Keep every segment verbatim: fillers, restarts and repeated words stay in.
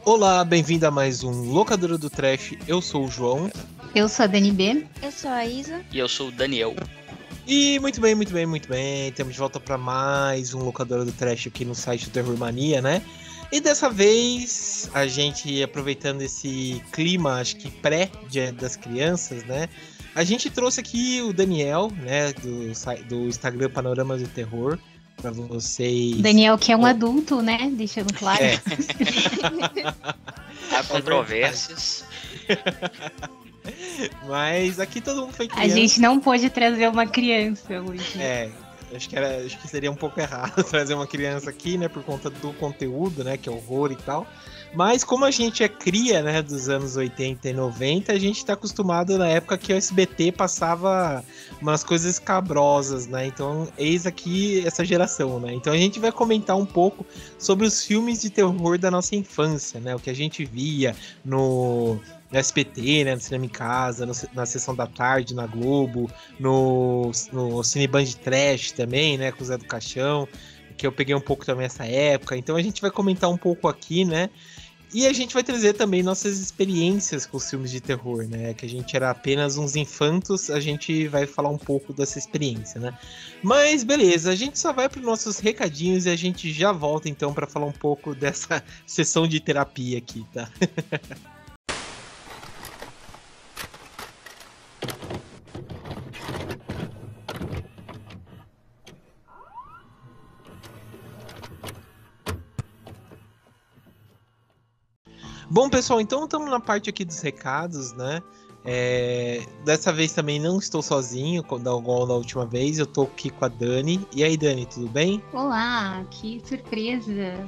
Olá, bem-vindo a mais um Locadora do Trash. Eu sou o João. Eu sou a Dani B. Eu sou a Isa. E eu sou o Daniel. E muito bem, muito bem, muito bem. Estamos de volta para mais um Locadora do Trash aqui no site do Terror Mania, né? E dessa vez, a gente aproveitando esse clima, acho que pré-dia das crianças, né? A gente trouxe aqui o Daniel, né? Do, do Instagram Panorama do Terror. Pra vocês. Daniel, que é um adulto, né? Deixando claro. É. Há controvérsias. Mas aqui todo mundo foi criança. A gente não pôde trazer uma criança hoje. É, acho que, era, acho que seria um pouco errado trazer uma criança aqui, né? Por conta do conteúdo, né? Que é horror e tal. Mas como a gente é cria, né, dos anos oitenta e noventa, a gente tá acostumado na época que o S B T passava umas coisas escabrosas, né? Então, eis aqui essa geração, né? Então a gente vai comentar um pouco sobre os filmes de terror da nossa infância, né? O que a gente via no, no S B T, né? No Cinema em Casa, no, na Sessão da Tarde, na Globo, no, no Cine Band Trash também, né? Com o Zé do Caixão, que eu peguei um pouco também essa época. Então a gente vai comentar um pouco aqui, né? E a gente vai trazer também nossas experiências com os filmes de terror, né? Que a gente era apenas uns infantos, a gente vai falar um pouco dessa experiência, né? Mas beleza, a gente só vai para os nossos recadinhos e a gente já volta então para falar um pouco dessa sessão de terapia aqui, tá? Bom, pessoal, então estamos na parte aqui dos recados, né? É, dessa vez também não estou sozinho, igual da última vez, eu tô aqui com a Dani. E aí, Dani, tudo bem? Olá, que surpresa!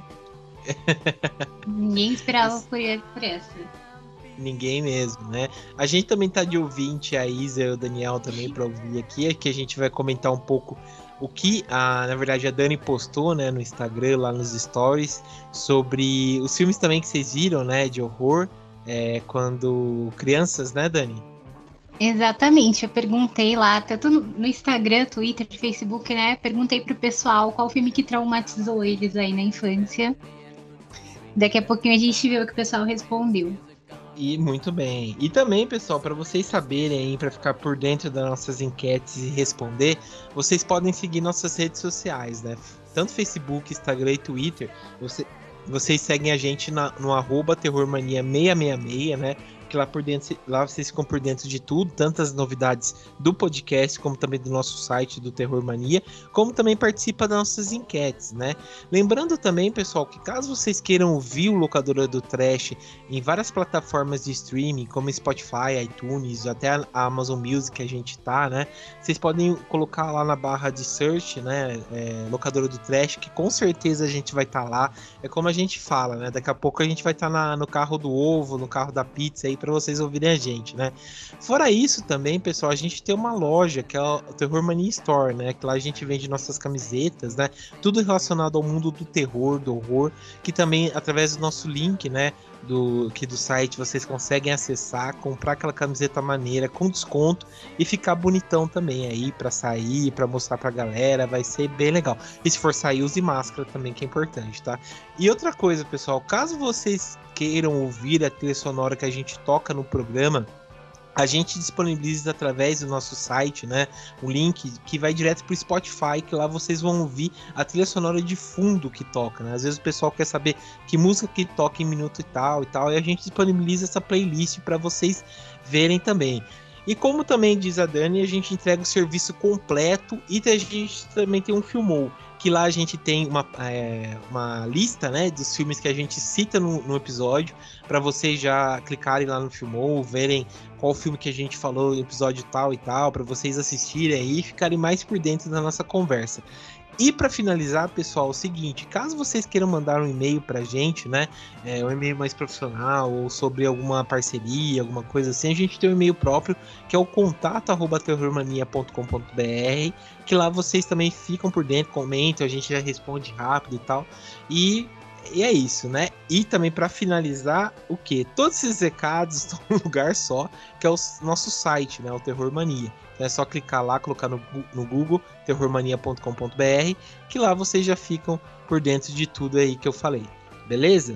Ninguém esperava por, por essa. Ninguém mesmo, né? A gente também tá de ouvinte, a Isa e o Daniel também para ouvir aqui, que a gente vai comentar um pouco o que, a, na verdade, a Dani postou, né, no Instagram, lá nos stories, sobre os filmes também que vocês viram, né, de horror, é, quando crianças, né, Dani? Exatamente, eu perguntei lá, tanto no Instagram, Twitter, Facebook, né, perguntei pro pessoal qual filme que traumatizou eles aí na infância. Daqui a pouquinho a gente vê o que o pessoal respondeu. E muito bem. E também, pessoal, para vocês saberem, para ficar por dentro das nossas enquetes e responder, vocês podem seguir nossas redes sociais, né? Tanto Facebook, Instagram e Twitter. Você, vocês seguem a gente na, no arroba terrormania seiscentos e sessenta e seis, né? Que lá por dentro, lá vocês ficam por dentro de tudo, tantas novidades do podcast, como também do nosso site do Terror Mania, como também participa das nossas enquetes, né? Lembrando também, pessoal, que caso vocês queiram ouvir o Locadora do Trash em várias plataformas de streaming, como Spotify, iTunes, até a Amazon Music que a gente tá, né? Vocês podem colocar lá na barra de search, né? É, Locadora do Trash, que com certeza a gente vai estar tá lá. É como a gente fala, né? Daqui a pouco a gente vai estar tá no carro do ovo, no carro da pizza aí, para vocês ouvirem a gente, né? Fora isso também, pessoal, a gente tem uma loja que é o Terror Mania Store, né? Que lá a gente vende nossas camisetas, né? Tudo relacionado ao mundo do terror, do horror, que também através do nosso link, né? Do, aqui do site vocês conseguem acessar, comprar aquela camiseta maneira com desconto e ficar bonitão também aí para sair, para mostrar pra galera, vai ser bem legal. E se for sair, use máscara também, que é importante, tá? E outra coisa, pessoal, caso vocês queiram ouvir a trilha sonora que a gente toca no programa, a gente disponibiliza através do nosso site, né, o link que vai direto pro Spotify, que lá vocês vão ouvir a trilha sonora de fundo que toca, né? Às vezes o pessoal quer saber que música que toca em minuto e tal e tal, e a gente disponibiliza essa playlist para vocês verem também. E como também diz a Dani, a gente entrega o serviço completo e a gente também tem um Filmou, que lá a gente tem uma, é, uma lista, né, dos filmes que a gente cita no, no episódio, para vocês já clicarem lá no Filmou, verem qual filme que a gente falou no episódio tal e tal, para vocês assistirem aí e ficarem mais por dentro da nossa conversa. E para finalizar, pessoal, é o seguinte, caso vocês queiram mandar um e-mail pra gente, né, é, um e-mail mais profissional ou sobre alguma parceria, alguma coisa assim, a gente tem um e-mail próprio, que é o contato arroba terrormania ponto com ponto br, que lá vocês também ficam por dentro, comentam, a gente já responde rápido e tal, e... E é isso, né? E também para finalizar, o quê? Todos esses recados estão num lugar só, que é o nosso site, né? O Terror Mania. Então é só clicar lá, colocar no, no Google, terrormania ponto com ponto br, que lá vocês já ficam por dentro de tudo aí que eu falei. Beleza?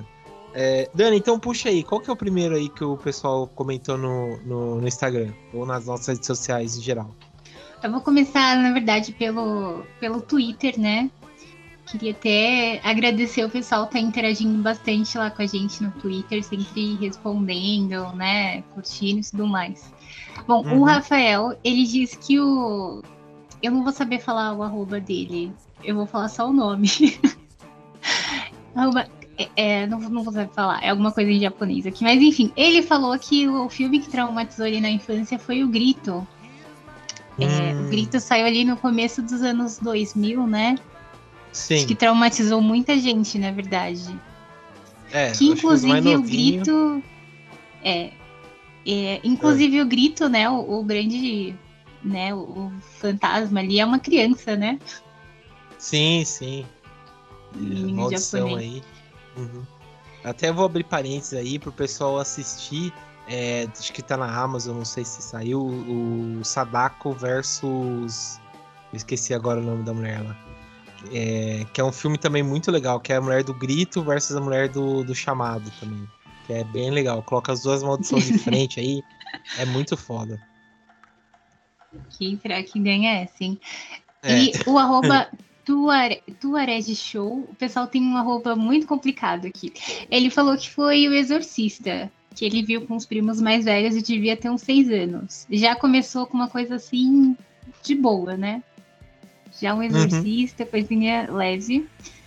É, Dani, então puxa aí, qual que é o primeiro aí que o pessoal comentou no, no, no Instagram? Ou nas nossas redes sociais em geral? Eu vou começar, na verdade, pelo, pelo Twitter, né? Queria até agradecer o pessoal que tá interagindo bastante lá com a gente no Twitter, sempre respondendo, né? Curtindo e tudo mais. Bom, o Uhum. Rafael, ele disse que o. Eu não vou saber falar o arroba dele. Eu vou falar só o nome. arroba... É, é, não, não vou saber falar. É alguma coisa em japonês aqui. Mas enfim, ele falou que o filme que traumatizou ele na infância foi o Grito. É, o Hum, Grito saiu ali no começo dos anos dois mil, né? Acho que sim. traumatizou muita gente, na verdade. É, Que acho que os mais inclusive o novinhos. Grito. É, é, É. inclusive o Grito, né? O, o grande. Né, o, o fantasma ali é uma criança, né? Sim, sim. É, Menino maldição japonês. aí. Uhum. Até vou abrir parênteses aí pro pessoal assistir. É, acho que tá na Amazon, não sei se saiu. O Sadako versus. Eu esqueci agora o nome da mulher lá. É, que é um filme também muito legal, que é a mulher do grito versus a mulher do, do chamado também. Que é bem legal. Coloca as duas maldições de frente aí. É muito foda. Quem será que ganha essa, hein? É. E o arroba Tuare, Tuareg Show, o pessoal tem um arroba muito complicado aqui. Ele falou que foi o Exorcista, que ele viu com os primos mais velhos e devia ter uns seis anos. Já começou com uma coisa assim, de boa, né? Já um Uhum. Exorcista, coisinha leve.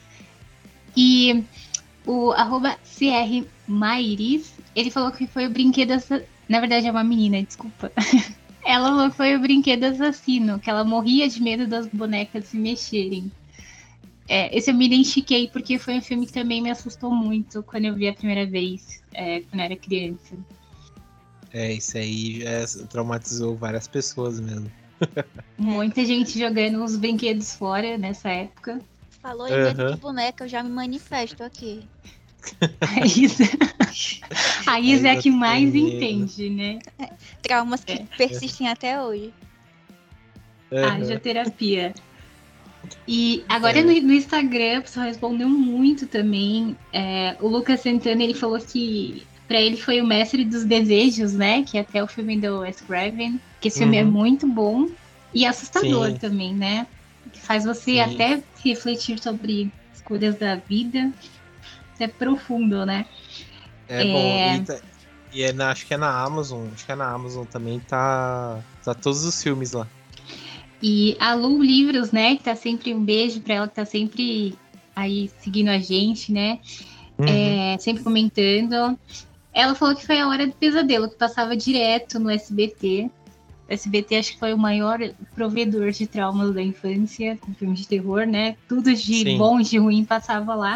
E o arroba C R Mairis, ele falou que foi o brinquedo... Na verdade é uma menina, desculpa. Ela falou que foi o brinquedo assassino, que ela morria de medo das bonecas se mexerem. É, esse eu me identifiquei porque foi um filme que também me assustou muito quando eu vi a primeira vez, é, quando eu era criança. É, isso aí já traumatizou várias pessoas mesmo. Muita gente jogando os brinquedos fora nessa época. Falou em medo de Aham. boneca, eu já me manifesto aqui. A Isa, a A Isa é a Isa que tem mais medo. entende, né? Traumas que É. persistem até hoje. Haja Aham. terapia. E agora no, É. no Instagram, o pessoal respondeu muito também. É, o Lucas Santana, ele falou que pra ele foi o Mestre dos Desejos, né? Que é até o filme do Wes Craven. Que esse filme é Uhum. muito bom e assustador Sim, também, né? Que faz você sim. até refletir sobre escolhas da vida. Isso é profundo, né? É bom. E, tá- e é na, acho que é na Amazon. Acho que é na Amazon também. Tá, tá todos os filmes lá. E a Lu Livros, né? Que tá sempre um beijo pra ela, que tá sempre aí seguindo a gente, né? Uhum. É, sempre comentando. Ela falou que foi a Hora do Pesadelo, que passava direto no S B T. O S B T acho que foi o maior provedor de traumas da infância, com filmes de terror, né? Tudo de Sim. bom e de ruim passava lá.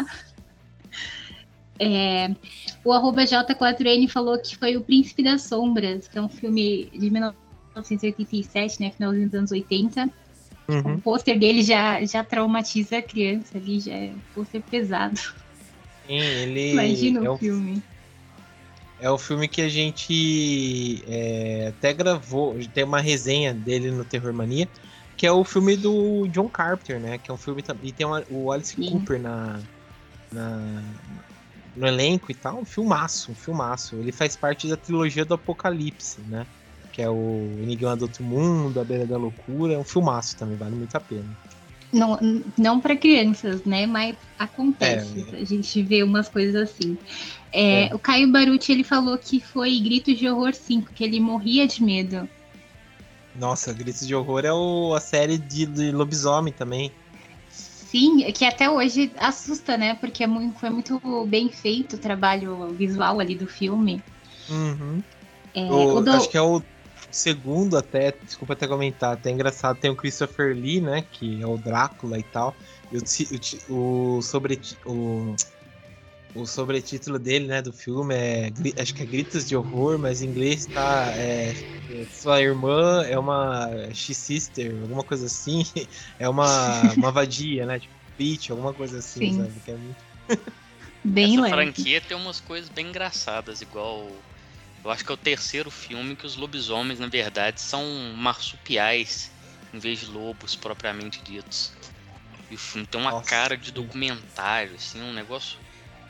É, o arroba J quatro N falou que foi o Príncipe das Sombras, que é um filme de mil novecentos e oitenta e sete, né? Finalzinho dos anos oitenta. O Uhum. pôster dele já, já traumatiza a criança ali, já é um pôster pesado. Sim, ele Imagina o é um, filme. é um filme que a gente é, até gravou. Tem uma resenha dele no Terror Mania, que é o filme do John Carpenter, né? Que é um filme também. E tem uma- o Alice Sim. Cooper na, na- no elenco e tal. Um filmaço, um filmaço. Ele faz parte da trilogia do Apocalipse, né? Que é o Enigma do Outro Mundo, A Beira da Loucura. É um filmaço também, vale muito a pena. Não, não para crianças, né? Mas É, acontece. A gente vê umas coisas assim. é. É, o Caio Baruti, ele falou que foi Gritos de Horror cinco, que ele morria de medo. Nossa, Gritos de Horror é o, a série de, de lobisomem também. Sim, que até hoje assusta, né? Porque é muito, foi muito bem feito o trabalho visual ali do filme. Uhum. É, o O- acho do... que é o segundo até, desculpa até comentar, até é engraçado, tem o Christopher Lee, né, que é o Drácula e tal, e o, ti- o, ti- o, sobre, o, o sobretítulo dele, né, do filme é, gri- acho que é Gritos de Horror, mas em inglês tá, é, é, sua irmã é uma She-Sister, alguma coisa assim, é uma, uma vadia, né, tipo, bitch, alguma coisa assim, Sim, sabe, que é muito... bem Essa leve. franquia tem umas coisas bem engraçadas, igual. Eu acho que é o terceiro filme que os lobisomens, na verdade, são marsupiais em vez de lobos propriamente ditos. E o filme tem uma Nossa, cara de documentário, assim, um negócio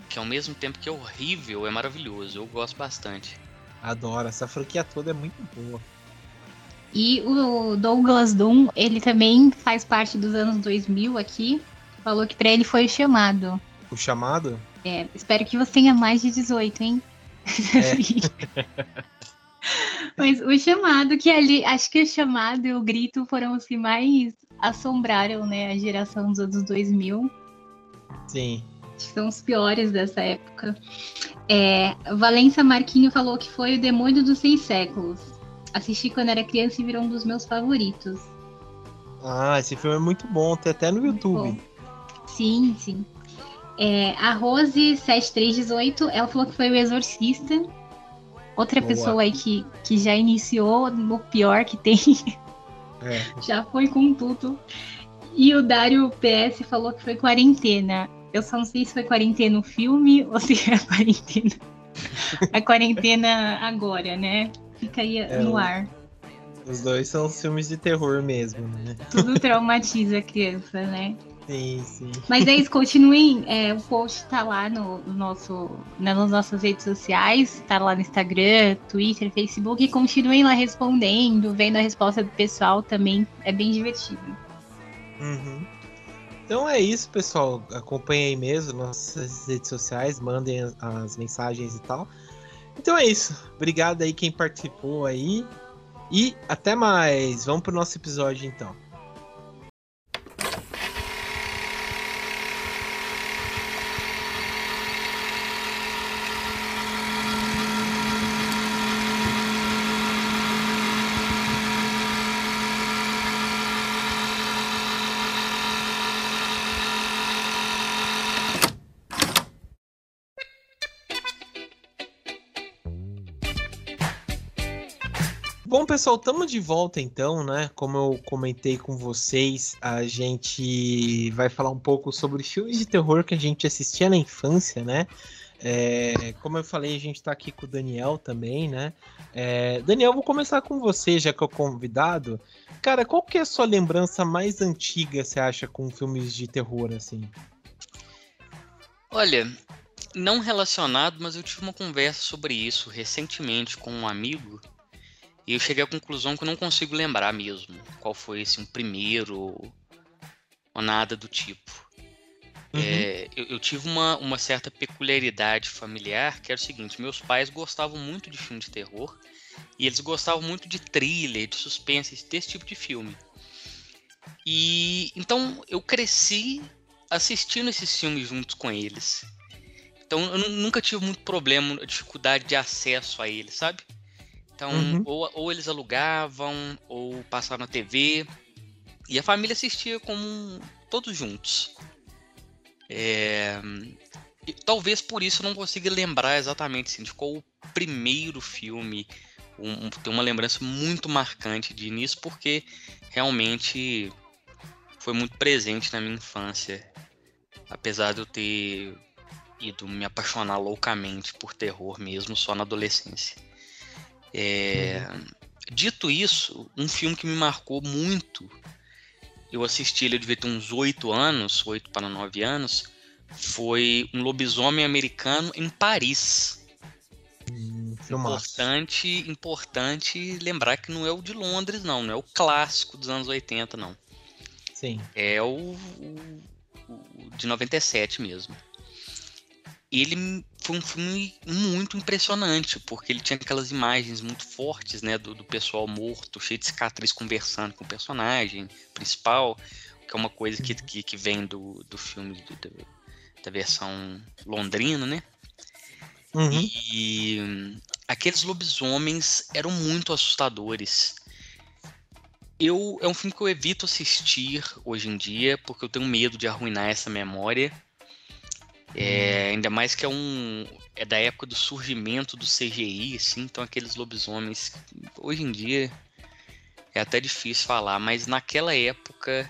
que ao mesmo tempo que é horrível, é maravilhoso. Eu gosto bastante. Adoro, essa franquia toda é muito boa. E o Douglas Doom, ele também faz parte dos anos dois mil aqui. Falou que pra ele foi o chamado. O chamado? É, espero que você tenha mais de dezoito, hein? É. Mas o chamado, que ali, acho que o chamado e o grito foram os que mais assombraram, né, a geração dos anos dois mil. Sim. Acho que são os piores dessa época. É, Valença Marquinho falou que foi o Demônio dos Seis Séculos. Assisti quando era criança e virou um dos meus favoritos. Ah, esse filme é muito bom, tem até no YouTube. Bom. Sim, sim. É, a Rose sete três um oito, ela falou que foi o Exorcista. Outra Boa. pessoa aí que, que já iniciou no pior que tem. É. Já foi com tudo. E o Dário P S falou que foi Quarentena. Eu só não sei se foi Quarentena o filme ou se é a Quarentena. A Quarentena agora, né? Fica aí É, no o- ar. Os dois são filmes de terror mesmo, né? Tudo traumatiza a criança, né? Sim, sim. Mas é isso, continuem. É, o post tá lá no, no nosso, nas nossas redes sociais, tá lá no Instagram, Twitter, Facebook, e continuem lá respondendo, vendo a resposta do pessoal também. É bem divertido. Uhum. Então é isso, pessoal. Acompanhem aí mesmo nossas redes sociais, mandem as, as mensagens e tal. Então é isso. Obrigado aí quem participou aí. E até mais. Vamos pro nosso episódio então. Bom, pessoal, estamos de volta então, né? Como eu comentei com vocês, a gente vai falar um pouco sobre filmes de terror que a gente assistia na infância, né? É, como eu falei, a gente tá aqui com o Daniel também, né? É, Daniel, vou começar com você, já que é o convidado. Cara, qual que é a sua lembrança mais antiga, você acha, com filmes de terror, assim? Olha, não relacionado, mas eu tive uma conversa sobre isso recentemente com um amigo e eu cheguei à conclusão que eu não consigo lembrar mesmo qual foi esse um primeiro ou nada do tipo. Uhum. É, eu, eu tive uma, uma certa peculiaridade familiar, que era o seguinte: meus pais gostavam muito de filme de terror e eles gostavam muito de thriller, de suspense, desse tipo de filme. E então eu cresci assistindo esses filmes juntos com eles. Então eu nu- nunca tive muito problema, dificuldade de acesso a eles, sabe? Então, Uhum. ou, ou eles alugavam, ou passavam na T V, e a família assistia como todos juntos. É, e talvez por isso eu não consiga lembrar exatamente assim, de qual o primeiro filme. Um, um- tem uma lembrança muito marcante de início, porque realmente foi muito presente na minha infância. Apesar de eu ter ido me apaixonar loucamente por terror mesmo só na adolescência. É, Dito isso, um filme que me marcou muito, eu assisti ele, eu devia ter uns oito anos, oito para nove anos, foi Um Lobisomem Americano em Paris. Hum, filmaço. Importante, importante lembrar que não é o de Londres, não, não é o clássico dos anos oitenta, não. Sim. É o, o- o de noventa e sete mesmo. Ele foi um filme muito impressionante, porque ele tinha aquelas imagens muito fortes, né, do, do pessoal morto, cheio de cicatriz, conversando com o personagem principal, que é uma coisa que, que, que vem do, do filme, do- do- da versão londrina, né? Uhum. E hum, aqueles lobisomens eram muito assustadores. Eu, é um filme que eu evito assistir hoje em dia, porque eu tenho medo de arruinar essa memória. É, ainda mais que é um é da época do surgimento do C G I, assim, então aqueles lobisomens hoje em dia é até difícil falar, mas naquela época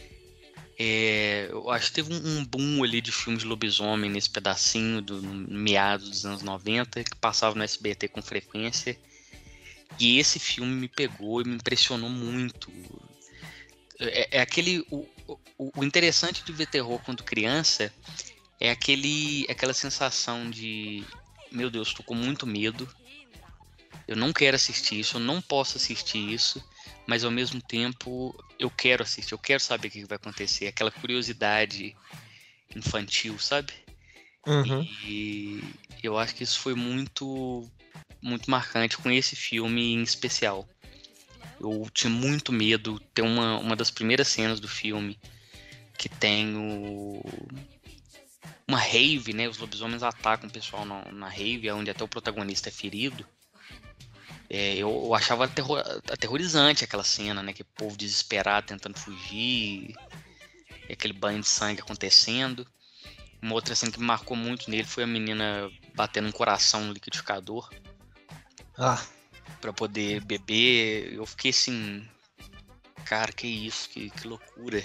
é, eu acho que teve um, um boom ali de filmes de lobisomem nesse pedacinho do no meados dos anos noventa que passava no S B T com frequência, e esse filme me pegou e me impressionou muito. É, é aquele o, o, o interessante de ver terror quando criança É aquele, aquela sensação de, meu Deus, tô com muito medo, eu não quero assistir isso, eu não posso assistir isso, mas ao mesmo tempo eu quero assistir, eu quero saber o que vai acontecer, aquela curiosidade infantil, sabe? Uhum. E eu acho que isso foi muito, muito marcante com esse filme em especial. Eu tinha muito medo, tem uma, uma das primeiras cenas do filme que tem o... uma rave, né? Os lobisomens atacam o pessoal na, na rave, onde até o protagonista é ferido. É, eu, eu achava aterror, aterrorizante aquela cena, né? Que o povo desesperado tentando fugir, e aquele banho de sangue acontecendo. Uma outra cena que me marcou muito nele foi a menina batendo um coração no liquidificador Ah, pra poder beber. Eu fiquei assim, cara, que isso, que, que loucura.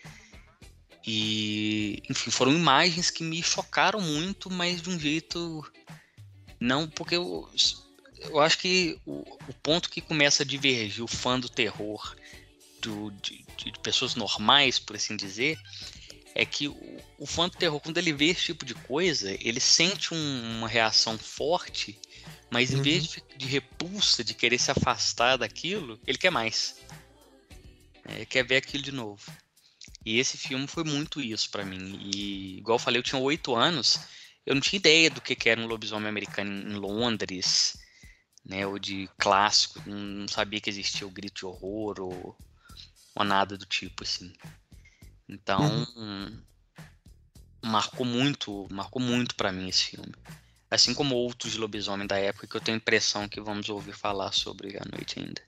E, enfim, foram imagens que me chocaram muito, mas de um jeito não, porque eu, eu acho que o, o ponto que começa a divergir o fã do terror do, de, de pessoas normais, por assim dizer, é que o, o fã do terror, quando ele vê esse tipo de coisa, ele sente um, uma reação forte, mas em uhum. vez de, de repulsa, de querer se afastar daquilo, ele quer mais. É, quer ver aquilo de novo. E esse filme foi muito isso pra mim. E, igual eu falei, eu tinha oito anos, eu não tinha ideia do que que era um lobisomem americano em Londres, né, ou de clássico, não sabia que existia o grito de horror ou, ou nada do tipo, assim. Então, Uhum. marcou muito, marcou muito pra mim esse filme. Assim como outros de lobisomem da época que eu tenho a impressão que vamos ouvir falar sobre à noite ainda.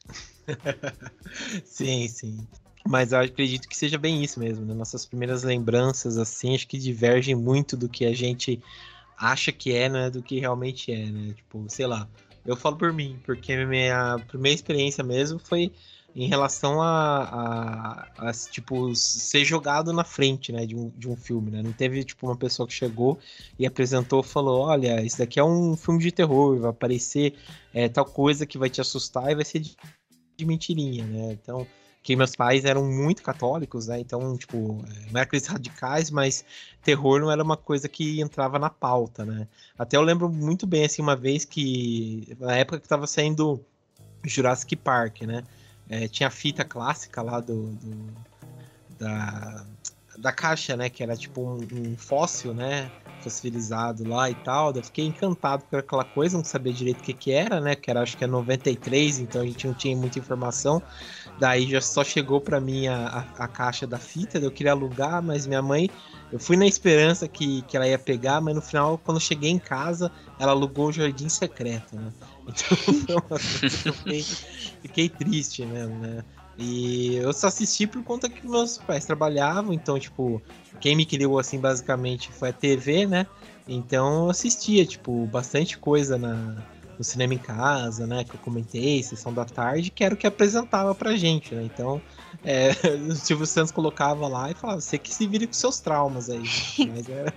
Sim, sim. Mas eu acredito que seja bem isso mesmo, né? Nossas primeiras lembranças, assim, acho que divergem muito do que a gente acha que é, né? Do que realmente é, né? Tipo, sei lá. Eu falo por mim, porque a minha primeira experiência mesmo foi em relação a, a, a, tipo, ser jogado na frente, né? De um, de um filme, né? Não teve, tipo, uma pessoa que chegou e apresentou e falou, olha, isso daqui é um filme de terror, vai aparecer é, tal coisa que vai te assustar e vai ser de de mentirinha, né? Então, que meus pais eram muito católicos, né? Então, tipo, não era aqueles radicais, mas terror não era uma coisa que entrava na pauta, né? Até eu lembro muito bem, assim, uma vez que, na época que tava saindo Jurassic Park, né? É, tinha a fita clássica lá do, do da, da caixa, né? Que era tipo um, um fóssil, né? Fossilizado lá e tal. Eu fiquei encantado por aquela coisa, não sabia direito o que que era, né? Que era, acho que é noventa e três, então a gente não tinha muita informação. Daí já só chegou para mim a, a, a caixa da fita, eu queria alugar, mas minha mãe, eu fui na esperança que, que ela ia pegar, mas no final, quando eu cheguei em casa, ela alugou o Jardim Secreto, né? Então foi uma coisa que eu fiquei, fiquei triste mesmo, né? E eu só assisti por conta que meus pais trabalhavam, então, tipo, quem me criou, assim, basicamente foi a T V, né? Então eu assistia, tipo, bastante coisa na, no cinema em casa, né? Que eu comentei, Sessão da Tarde, que era o que apresentava pra gente, né? Então, é, o Silvio Santos colocava lá e falava, você que se vire com seus traumas aí. Mas era,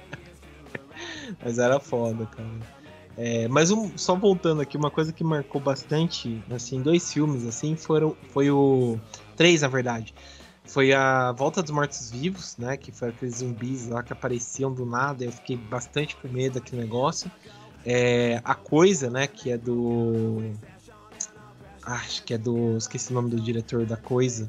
mas era foda, cara. É, mas um, só voltando aqui, uma coisa que marcou bastante, assim, dois filmes, assim, foram, foi o... Três, na verdade. Foi a Volta dos Mortos-Vivos, né? Que foi aqueles zumbis lá que apareciam do nada. Eu fiquei bastante com medo daquele negócio. É, a Coisa, né? Que é do... Ah, acho que é do... Esqueci o nome do diretor da Coisa.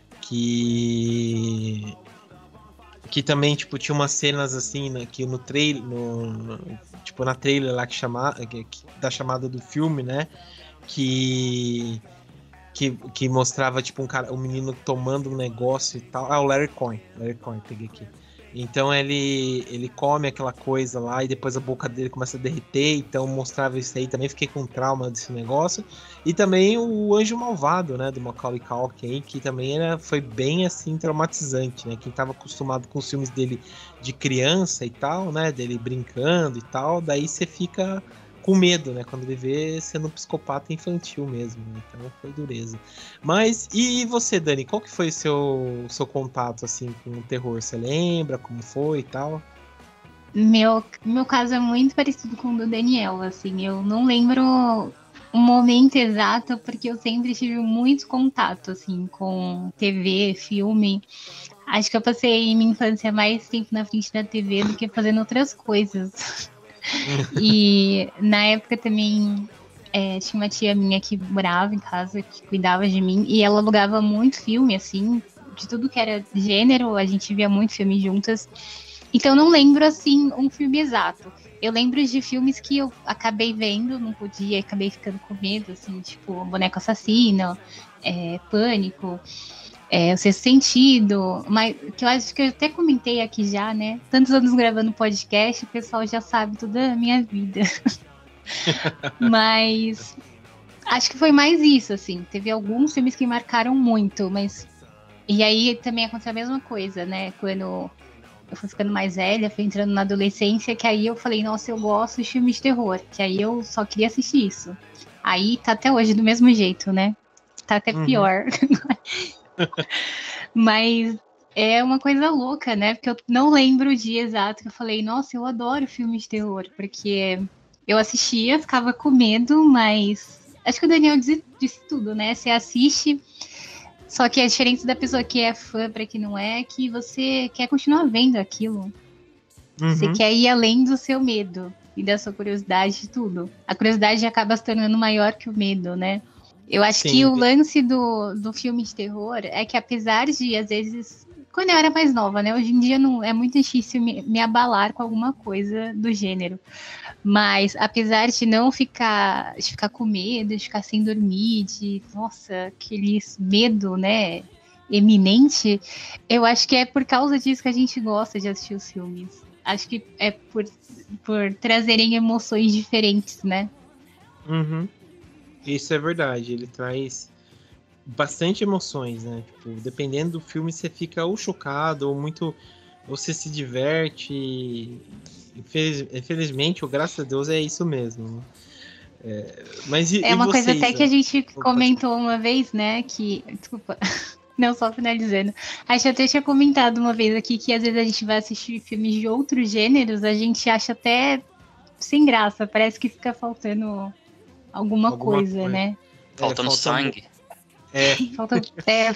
Que... Que também, tipo, tinha umas cenas assim, né, que no trailer, no, no, tipo, na trailer lá que chama, que, que, da chamada do filme, né, que, que, que mostrava, tipo, um cara, um menino tomando um negócio e tal. Ah, o Larry Cohen, Larry Cohen, peguei aqui. Então ele, ele come aquela coisa lá e depois a boca dele começa a derreter, então mostrava isso aí, também fiquei com trauma desse negócio. E também o Anjo Malvado, né, do Macaulay Culkin, que também era, foi bem assim traumatizante, né? Quem estava acostumado com os filmes dele de criança e tal, né, dele brincando e tal, daí você fica com medo, né, quando ele vê sendo um psicopata infantil mesmo, né? Então foi dureza. Mas, e você, Dani, qual que foi o seu, seu contato, assim, com o terror? Você lembra como foi e tal? Meu, meu caso é muito parecido com o do Daniel, assim, eu não lembro um momento exato, porque eu sempre tive muito contato, assim, com T V, filme. Acho que eu passei minha infância mais tempo na frente da T V do que fazendo outras coisas. E na época também é, tinha uma tia minha que morava em casa, que cuidava de mim, e ela alugava muito filme, assim, de tudo que era gênero, a gente via muito filme juntas. Então eu não lembro, assim, um filme exato. Eu lembro de filmes que eu acabei vendo, não podia, acabei ficando com medo, assim, tipo Boneco Assassino, é, Pânico, é, O Sexto Sentido, mas que eu acho que eu até comentei aqui já, né? Tantos anos gravando podcast, o pessoal já sabe toda a minha vida. Mas acho que foi mais isso, assim. Teve alguns filmes que marcaram muito, mas... E aí também aconteceu a mesma coisa, né? Quando eu fui ficando mais velha, fui entrando na adolescência, que aí eu falei, nossa, eu gosto de filmes de terror, que aí eu só queria assistir isso. Aí tá até hoje do mesmo jeito, né? Tá até Uhum. pior. Mas é uma coisa louca, né? Porque eu não lembro o dia exato que eu falei, nossa, eu adoro filmes de terror, porque eu assistia, ficava com medo, mas acho que o Daniel disse, disse tudo, né? Você assiste, só que a diferença da pessoa que é fã para que não é, é que você quer continuar vendo aquilo. Você Uhum. quer ir além do seu medo e da sua curiosidade e tudo. A curiosidade acaba se tornando maior que o medo, né? Eu acho Sim. que o lance do, do filme de terror é que, apesar de, às vezes, quando eu era mais nova, né? Hoje em dia não, é muito difícil me, me abalar com alguma coisa do gênero. Mas, apesar de não ficar, de ficar com medo, de ficar sem dormir, de, nossa, aquele medo, né? Eminente, eu acho que é por causa disso que a gente gosta de assistir os filmes. Acho que é por, por trazerem emoções diferentes, né? Uhum. Isso é verdade, ele traz bastante emoções, né? Tipo, dependendo do filme, você fica ou chocado, ou muito. Ou você se diverte. Infeliz, infelizmente, ou graças a Deus, é isso mesmo. Né? É, mas e, É e uma coisa vocês, até que a né? gente Opa, comentou uma vez, né? Que. Desculpa. Não, só finalizando. A gente até tinha comentado uma vez aqui que às vezes a gente vai assistir filmes de outros gêneros, a gente acha até sem graça, parece que fica faltando alguma, alguma coisa, coisa. né? Faltando É, falta um- sangue. É, Falta. É,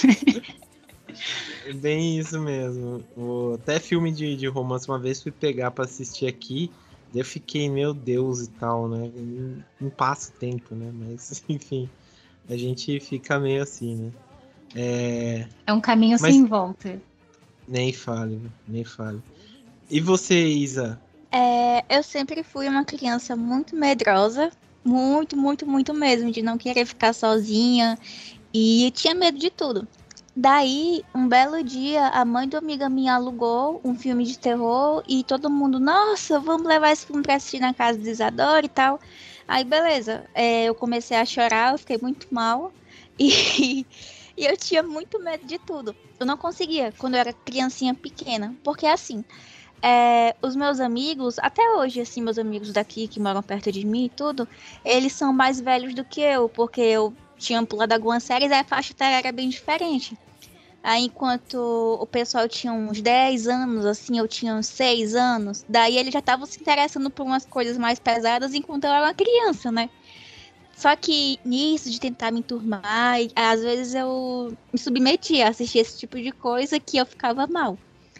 é bem isso mesmo. O, até filme de, de romance, uma vez fui pegar pra assistir aqui, daí eu fiquei, meu Deus e tal, né? Não, não passa o tempo, né? Mas, enfim, a gente fica meio assim, né? É, é um caminho mas sem volta. nem fale, nem fale. E você, Isa? É, eu sempre fui uma criança muito medrosa, muito, muito, muito mesmo, de não querer ficar sozinha e tinha medo de tudo. Daí, um belo dia, a mãe de uma amiga minha alugou um filme de terror e todo mundo, nossa, vamos levar esse filme pra assistir na casa de Isadora e tal. Aí, beleza, é, eu comecei a chorar, eu fiquei muito mal e, e eu tinha muito medo de tudo. Eu não conseguia quando eu era criancinha pequena, porque assim, é, os meus amigos, até hoje, assim, meus amigos daqui que moram perto de mim e tudo, eles são mais velhos do que eu, porque eu tinha pulado algumas séries, aí a faixa etária era bem diferente. Aí, enquanto o pessoal tinha uns dez anos, assim, eu tinha uns seis anos, daí eles já estavam se interessando por umas coisas mais pesadas, enquanto eu era uma criança, né? Só que nisso de tentar me enturmar, e, às vezes eu me submetia a assistir esse tipo de coisa que eu ficava mal.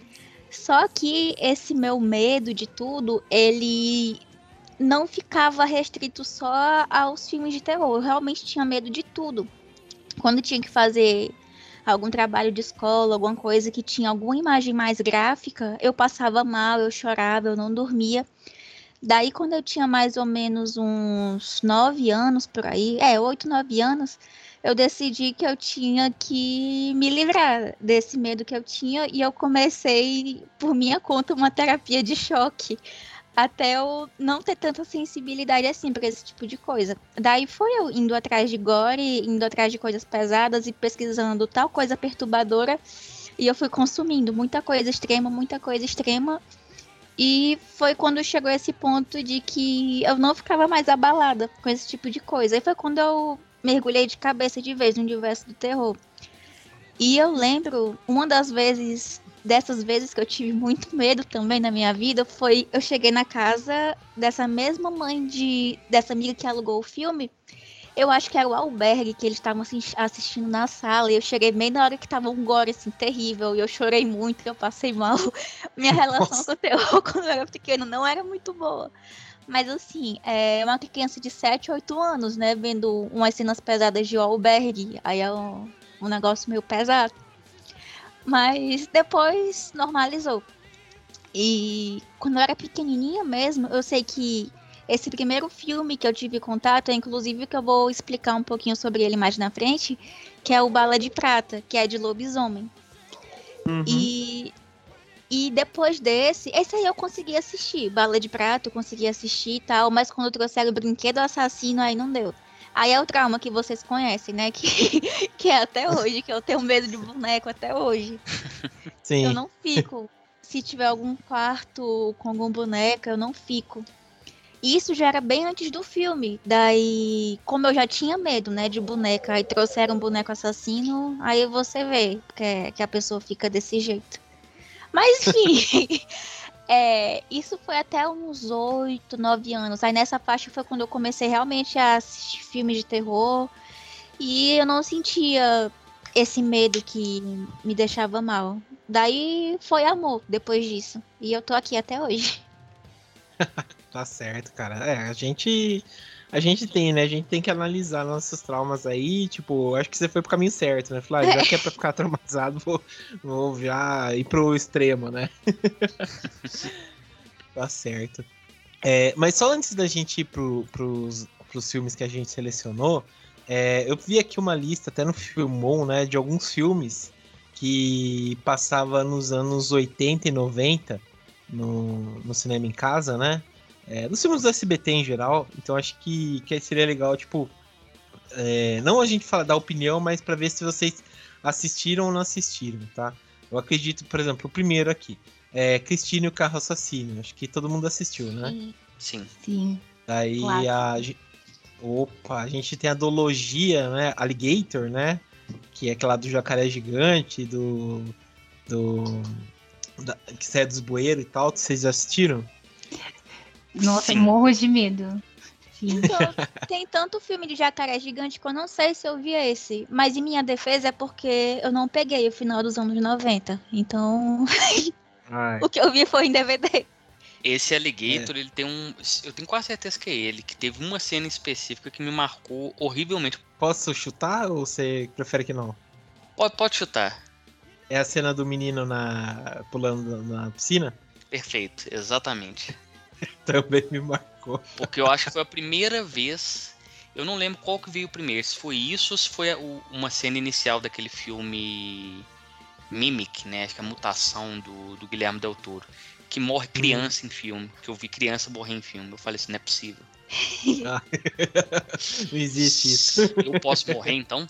Só que esse meu medo de tudo, ele não ficava restrito só aos filmes de terror. Eu realmente tinha medo de tudo. Quando tinha que fazer algum trabalho de escola, alguma coisa que tinha alguma imagem mais gráfica, eu passava mal, eu chorava, eu não dormia. Daí, quando eu tinha mais ou menos uns nove anos por aí, é, oito, nove anos, eu decidi que eu tinha que me livrar desse medo que eu tinha e eu comecei, por minha conta, uma terapia de choque, até eu não ter tanta sensibilidade assim para esse tipo de coisa. Daí foi eu indo atrás de gore, indo atrás de coisas pesadas e pesquisando tal coisa perturbadora, e eu fui consumindo muita coisa extrema, muita coisa extrema. E foi quando chegou esse ponto de que eu não ficava mais abalada com esse tipo de coisa. E foi quando eu mergulhei de cabeça de vez no universo do terror. E eu lembro, uma das vezes, dessas vezes que eu tive muito medo também na minha vida, foi eu cheguei na casa dessa mesma mãe de dessa amiga que alugou o filme. Eu acho que era o Albergue que eles estavam assistindo na sala. E eu cheguei bem na hora que tava um gore, assim, terrível. E eu chorei muito, eu passei mal. Minha relação Nossa. com o terror quando eu era pequeno não era muito boa. Mas assim, é uma criança de sete, oito anos, né? Vendo umas cenas pesadas de Albergue. Aí é um, um negócio meio pesado. Mas depois normalizou. E quando eu era pequenininha mesmo, eu sei que esse primeiro filme que eu tive contato, é inclusive que eu vou explicar um pouquinho sobre ele mais na frente, que é o Bala de Prata, que é de lobisomem. Uhum. E, e depois desse, esse aí eu consegui assistir, Bala de Prata, eu consegui assistir e tal, mas quando trouxeram o Brinquedo Assassino, aí não deu. Aí é o trauma que vocês conhecem, né? Que, que é até hoje, que eu tenho medo de boneco até hoje. Sim. Eu não fico. Se tiver algum quarto com algum boneco, eu não fico. E isso já era bem antes do filme. Daí, como eu já tinha medo, né, de boneca, aí trouxeram um boneco assassino, aí você vê que, que a pessoa fica desse jeito. Mas, enfim, é, isso foi até uns oito, nove anos. Aí nessa faixa foi quando eu comecei realmente a assistir filmes de terror. E eu não sentia esse medo que me deixava mal. Daí foi amor depois disso. E eu tô aqui até hoje. Tá certo, cara. É, a gente. A gente tem, né? A gente tem que analisar nossos traumas aí. Tipo, acho que você foi pro caminho certo, né? Falar, já que é pra ficar traumatizado, vou, vou já ir pro extremo, né? Tá certo. É, mas só antes da gente ir pro, pros, pros filmes que a gente selecionou, é, eu vi aqui uma lista, até no Filmon, né? De alguns filmes que passava nos anos oitenta e noventa no, no cinema em casa, né? É, nos filmes do S B T em geral, então acho que, que seria legal, tipo, é, não a gente fala da opinião, mas pra ver se vocês assistiram ou não assistiram, tá? Eu acredito, por exemplo, o primeiro aqui, é Christine e o Carro Assassino, acho que todo mundo assistiu, né? Sim. Sim. Sim. Daí Clássico. a ge- opa, a gente tem a Dologia, né? Alligator, né? Que é aquela do jacaré gigante, do. do da- que sai dos bueiros e tal. Vocês já assistiram? Nossa, Sim. morro de medo. Sim. Então, tem tanto filme de jacaré gigante que eu não sei se eu vi esse. Mas em minha defesa é porque eu não peguei o final dos anos noventa. Então, Ai. o que eu vi foi em D V D. Esse Alligator, ele tem um. Eu tenho quase certeza que é ele, que teve uma cena específica que me marcou horrivelmente. Posso chutar ou você prefere que não? Pode, pode chutar. É a cena do menino na pulando na piscina? Perfeito, exatamente. Também me marcou. Porque eu acho que foi a primeira vez. Eu não lembro qual que veio primeiro. Se foi isso ou se foi a- o- uma cena inicial daquele filme Mimic, né? Acho que é a mutação do, do Guilherme Del Toro. Que morre criança em filme. Que eu vi criança morrer em filme. Eu falei assim, não é possível. Não existe isso. Eu posso morrer então?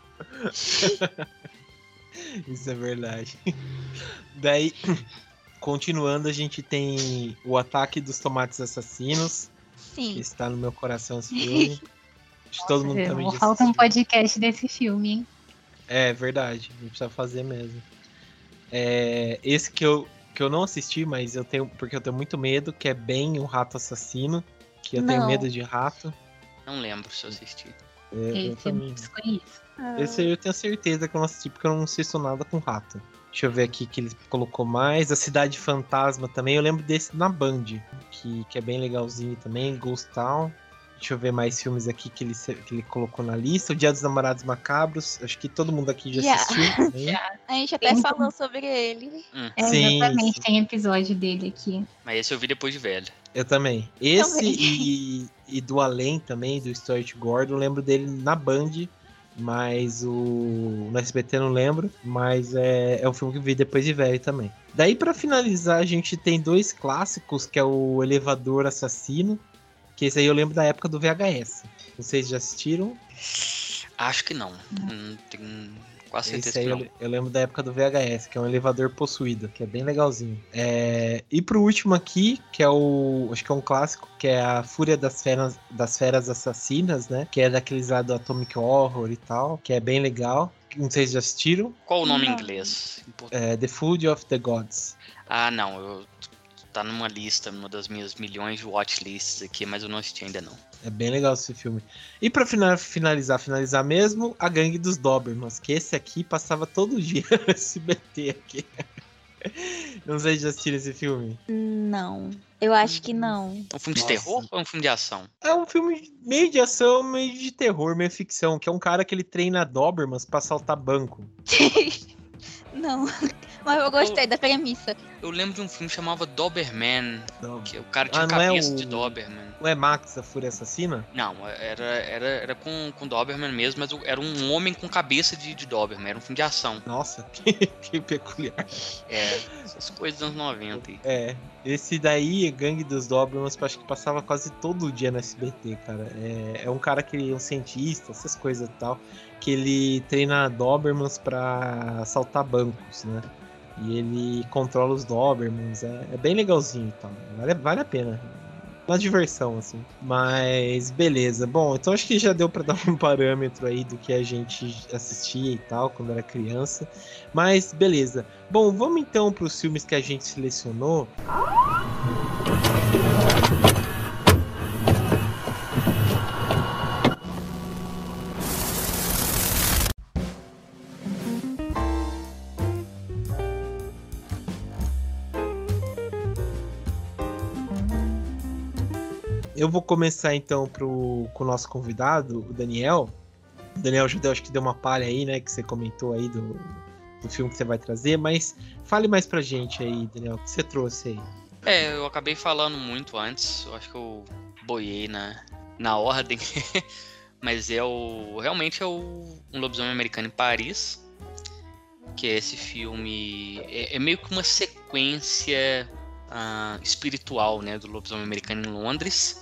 Isso é verdade. Daí, continuando, a gente tem o Ataque dos Tomates Assassinos. Que Sim. está no meu coração esse filme. Acho que todo mundo também já Falta um assistiu. podcast desse filme, hein? É verdade, a gente precisa fazer mesmo. É, esse que eu, que eu não assisti, mas eu tenho. Porque eu tenho muito medo, que é bem o Rato Assassino. Que eu tenho Não. medo de rato. Não lembro se eu assisti. É, eu Esse eu também. não desconheço. Esse aí eu tenho certeza que eu não assisti, porque eu não assisto nada com rato. Deixa eu ver aqui que ele colocou mais. A Cidade Fantasma também. Eu lembro desse na Band, que, que é bem legalzinho também. Ghost Town. Deixa eu ver mais filmes aqui que ele, se- que ele colocou na lista. O Dia dos Namorados Macabros. Acho que todo mundo aqui já Já. assistiu também. A gente até Tem- falou sobre ele. Hum, É, Sim, exatamente, sim. tem episódio dele aqui. mas esse eu vi depois de velho. Eu também. Esse Também. E, e do Além também, do Stuart Gordon. Eu lembro dele na Band. Mas o. No S B T eu não lembro. Mas é, é um filme que eu vi depois de velho também. Daí, pra finalizar, a gente tem dois clássicos, que é o Elevador Assassino. Que esse aí eu lembro da época do V H S. Vocês já assistiram? Acho que não. Hum, tenho quase certeza Esse aí que eu, não. eu lembro da época do V H S, que é um elevador possuído, que é bem legalzinho. É, e pro último aqui, que é o. Acho que é um clássico, que é a Fúria das Feras, das Feras Assassinas, né? Que é daqueles lá do Atomic Horror e tal, que é bem legal. Não sei se já assistiram. Qual o nome em Não. inglês? Em portu- É The Food of the Gods. Ah, não. Eu tá numa lista, numa das minhas milhões de watchlists aqui, mas eu não assisti ainda não. É bem legal esse filme. E pra finalizar, finalizar mesmo, A Gangue dos Dobermans, que esse aqui passava todo dia no S B T aqui. Não sei se já assistiram esse filme. Não, eu acho que não. É um filme de Nossa. terror ou é um filme de ação? É um filme meio de ação, meio de terror, meio ficção, que é um cara que ele treina Dobermans pra assaltar banco. Não, mas eu gostei da premissa. Eu lembro de um filme que chamava Doberman, Não, que o cara tinha Ah, não é cabeça o- de Doberman. não é Max, a Fúria Assassina? Não, era, era, era com, com Doberman mesmo, mas era um homem com cabeça de, de Doberman, era um filme de ação. Nossa, que, que peculiar. É, essas coisas dos anos noventa aí. É, esse daí, Gangue dos Dobermans, acho que passava quase todo dia no S B T, cara. É, é um cara que é um cientista, essas coisas e tal, que ele treina Dobermans pra assaltar bancos, né? E ele controla os Dobermans, é, é bem legalzinho e tal. Vale, vale a pena. Uma diversão, assim. Mas, beleza. Bom, então acho que já deu pra dar um parâmetro aí do que a gente assistia e tal, quando era criança. Mas, beleza. Bom, vamos então pros filmes que a gente selecionou. Eu vou começar então pro, com o nosso convidado, o Daniel. O Daniel Judeu, acho que deu uma palha aí, né? Que você comentou aí do, do filme que você vai trazer. Mas fale mais pra gente aí, Daniel, o que você trouxe aí? É, eu acabei falando muito antes, eu acho que eu boiei na, na ordem. Mas é o. Realmente é o Um Lobisomem Americano em Paris. Que é esse filme. É, é meio que uma sequência ah, espiritual, né? Do Lobisomem Americano em Londres.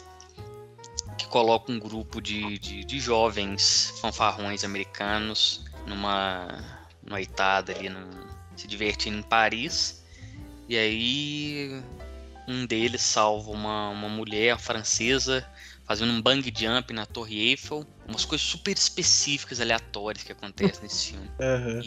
Que coloca um grupo de, de, de jovens fanfarrões americanos numa noitada ali, num, se divertindo em Paris. E aí um deles salva uma, uma mulher francesa fazendo um bang jump na Torre Eiffel. Umas coisas super específicas, aleatórias que acontecem nesse filme. Uhum.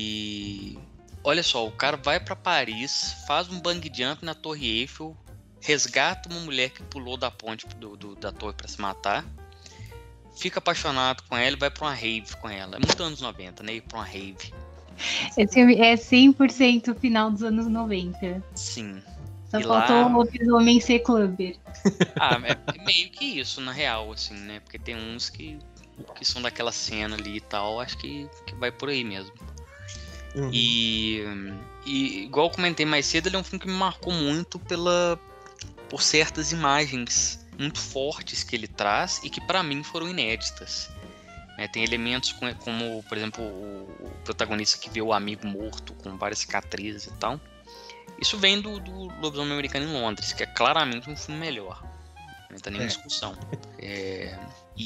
E olha só, o cara vai pra Paris, faz um bang jump na Torre Eiffel, resgata uma mulher que pulou da ponte do, do, da torre pra se matar, fica apaixonado com ela e vai pra uma rave com ela. É muito anos noventa, né? Ir pra uma rave. Esse filme é cem por cento final dos anos noventa. Sim. Só E faltou lá- o lobisomem ser clubber. Ah, é meio que isso, na real, assim, né? Porque tem uns que, que são daquela cena ali e tal, acho que, que vai por aí mesmo. Uhum. E, e igual eu comentei mais cedo, ele é um filme que me marcou muito pela, por certas imagens muito fortes que ele traz e que pra mim foram inéditas. Né, tem elementos com- como, por exemplo, o, o protagonista que vê o amigo morto com várias cicatrizes e tal. Isso vem do, do Lobisomem Americano em Londres, que é claramente um filme melhor. Não tem nenhuma É. discussão. É,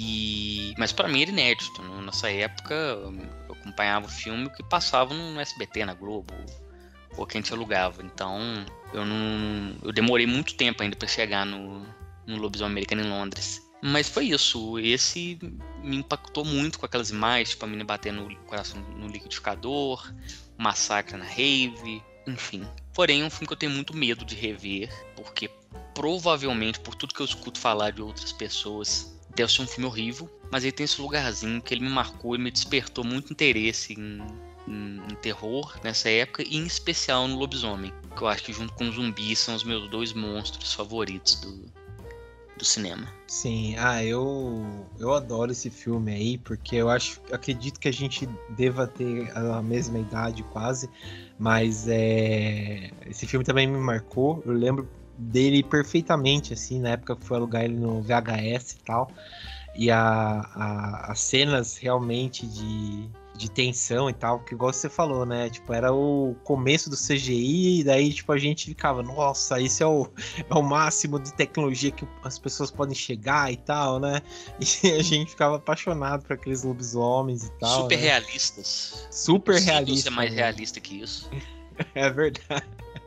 e, mas pra mim era inédito. No- Nessa época eu acompanhava o filme que passava no S B T, na Globo, ou que a gente alugava. Então eu não. Eu demorei muito tempo ainda pra chegar no, no Lobisomem Americano em Londres. Mas foi isso. Esse me impactou muito com aquelas imagens, tipo a menina batendo no coração no liquidificador, o massacre na rave, enfim. Porém, é um filme que eu tenho muito medo de rever, porque provavelmente, por tudo que eu escuto falar de outras pessoas, deve ser um filme horrível, mas ele tem esse lugarzinho que ele me marcou e me despertou muito interesse em, em, em terror nessa época, e em especial no lobisomem, que eu acho que junto com o zumbi são os meus dois monstros favoritos do, do cinema. Sim, ah, eu, eu adoro esse filme aí, porque eu acho, acredito que a gente deva ter a mesma idade quase, mas é, esse filme também me marcou, eu lembro dele perfeitamente, assim, na época que fui alugar ele no V H S e tal, e a, a, as cenas realmente de, de tensão e tal, que igual você falou, né, tipo, era o começo do C G I, e daí, tipo, a gente ficava, nossa, isso é o, é o máximo de tecnologia que as pessoas podem chegar e tal, né, e a gente ficava apaixonado por aqueles lobisomens e tal, Super né? realistas. Super Impossível realista, ser mais né? realista que isso. É verdade.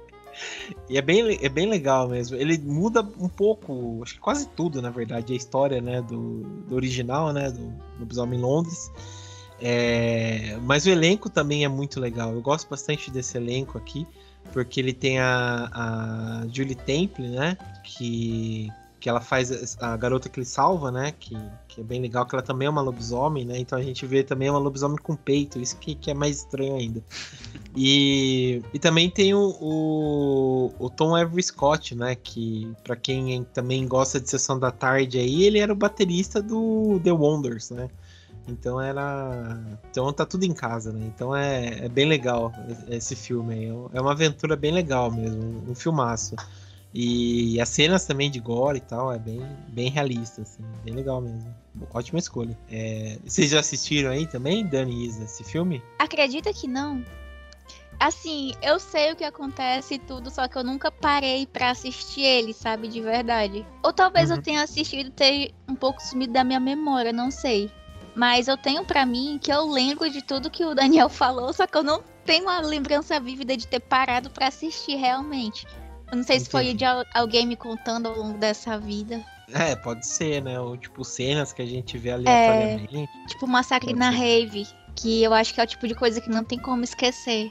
E é bem, é bem legal mesmo. Ele muda um pouco, acho que quase tudo, na verdade, a história, né, do, do original, né, do Lobisomem em Londres. É, mas o elenco também é muito legal. Eu gosto bastante desse elenco aqui. porque ele tem a, a Julie Temple, né? Que, que ela faz a garota que ele salva, né? Que, que é bem legal, que ela também é uma lobisomem, né? Então a gente vê também uma lobisomem com peito, isso que, que é mais estranho ainda. E, e também tem o, o, o Tom Avery Scott, né? Que pra quem também gosta de Sessão da Tarde aí, ele era o baterista do The Wonders, né? Então era. Então tá tudo em casa, né? Então é, é bem legal esse filme aí. É uma aventura bem legal mesmo, um filmaço. E as cenas também de gore e tal, é bem, bem realista, assim, bem legal mesmo. Ótima escolha. É, vocês já assistiram aí também, Dani e Isa, esse filme? Acredita que não? Assim, eu sei o que acontece e tudo, só que eu nunca parei pra assistir ele, sabe, de verdade. Ou talvez Uhum. eu tenha assistido e ter um pouco sumido da minha memória, não sei. Mas eu tenho pra mim que eu lembro de tudo que o Daniel falou, só que eu não tenho uma lembrança vívida de ter parado pra assistir realmente. Eu não sei se foi Entendi. de al- alguém me contando ao longo dessa vida. É, pode ser, né? Ou tipo, cenas que a gente vê aleatoriamente. Tipo, Massacre Pode na ser. Rave, que eu acho que é o tipo de coisa que não tem como esquecer.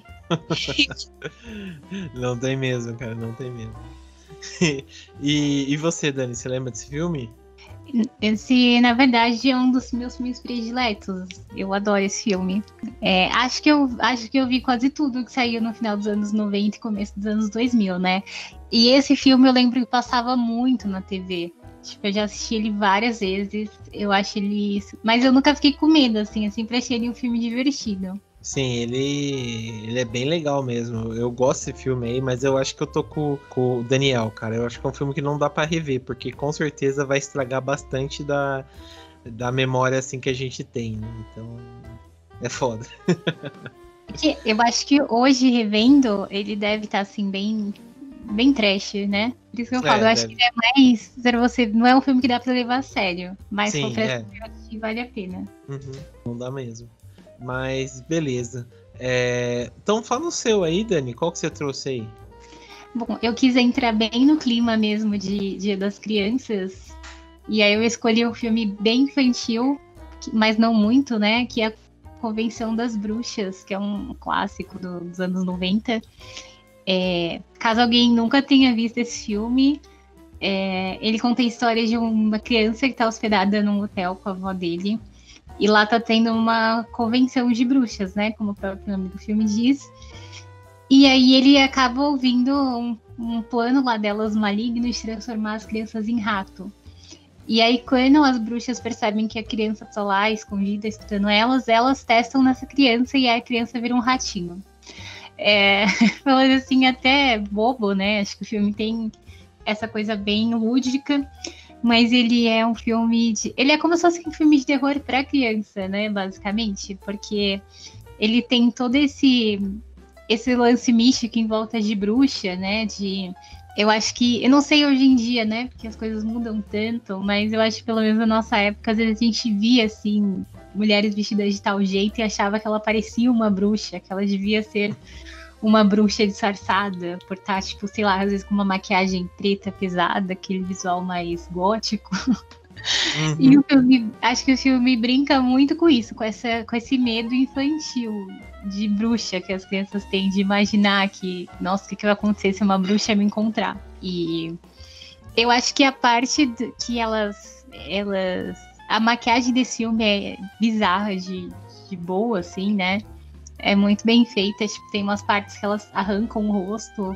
Não tem mesmo, cara, não tem mesmo. e, e você, Dani, você lembra desse filme? Esse, na verdade, é um dos meus filmes prediletos. Eu adoro esse filme. É, acho, que eu, acho que eu vi quase tudo que saiu no final dos anos noventa e começo dos anos dois mil, né? E esse filme eu lembro que passava muito na T V. Tipo, eu já assisti ele várias vezes. Eu acho ele... Mas eu nunca fiquei com medo, assim. Eu sempre achei ele um filme divertido. Sim, ele, ele é bem legal mesmo. Eu gosto desse filme aí, mas eu acho que eu tô com, com o Daniel, cara. Eu acho que é um filme que não dá pra rever, porque com certeza vai estragar bastante da, da memória assim que a gente tem, né? Então, é foda. Porque eu acho que hoje, revendo, ele deve estar, assim, bem... Bem trash, né? Por isso que eu É, falo, eu acho deve. que ele é mais. Ser você, não é um filme que dá pra levar a sério. Mas Sim, se for pra é. assistir, vale a pena. Uhum, não dá mesmo. Mas, beleza. É, então, fala o seu aí, Dani. Qual que você trouxe aí? Bom, eu quis entrar bem no clima mesmo de Dia das Crianças. E aí eu escolhi um filme bem infantil, que- mas não muito, né? Que é a Convenção das Bruxas, que é um clássico do- dos anos noventa. É, caso alguém nunca tenha visto esse filme, é, ele conta a história de uma criança que está hospedada num hotel com a avó dele. E lá tá tendo uma convenção de bruxas, né? Como o próprio nome do filme diz. E aí ele acaba ouvindo um, um plano lá delas maligno de transformar as crianças em rato. E aí quando as bruxas percebem que a criança tá lá escondida, escutando elas, elas testam nessa criança e aí a criança vira um ratinho. É, falando assim, até bobo, né? Acho que o filme tem essa coisa bem lúdica, mas ele é um filme de... Ele é como se fosse um filme de terror para criança, né? Basicamente, porque ele tem todo esse esse lance místico em volta de bruxa, né? De... Eu acho que... Eu não sei hoje em dia, né? Porque as coisas mudam tanto, mas eu acho que pelo menos na nossa época, às vezes a gente via, assim, mulheres vestidas de tal jeito e achava que ela parecia uma bruxa, que ela devia ser uma bruxa disfarçada, por estar, tipo, sei lá, às vezes com uma maquiagem preta pesada, aquele visual mais gótico. Uhum. E o filme, acho que o filme brinca muito com isso, com, essa, com esse medo infantil de bruxa que as crianças têm, de imaginar que, nossa, o que, que vai acontecer se uma bruxa me encontrar? E eu acho que a parte do, que elas, elas... A maquiagem desse filme é bizarra, de, de boa, assim, né? É muito bem feita, tipo, tem umas partes que elas arrancam o rosto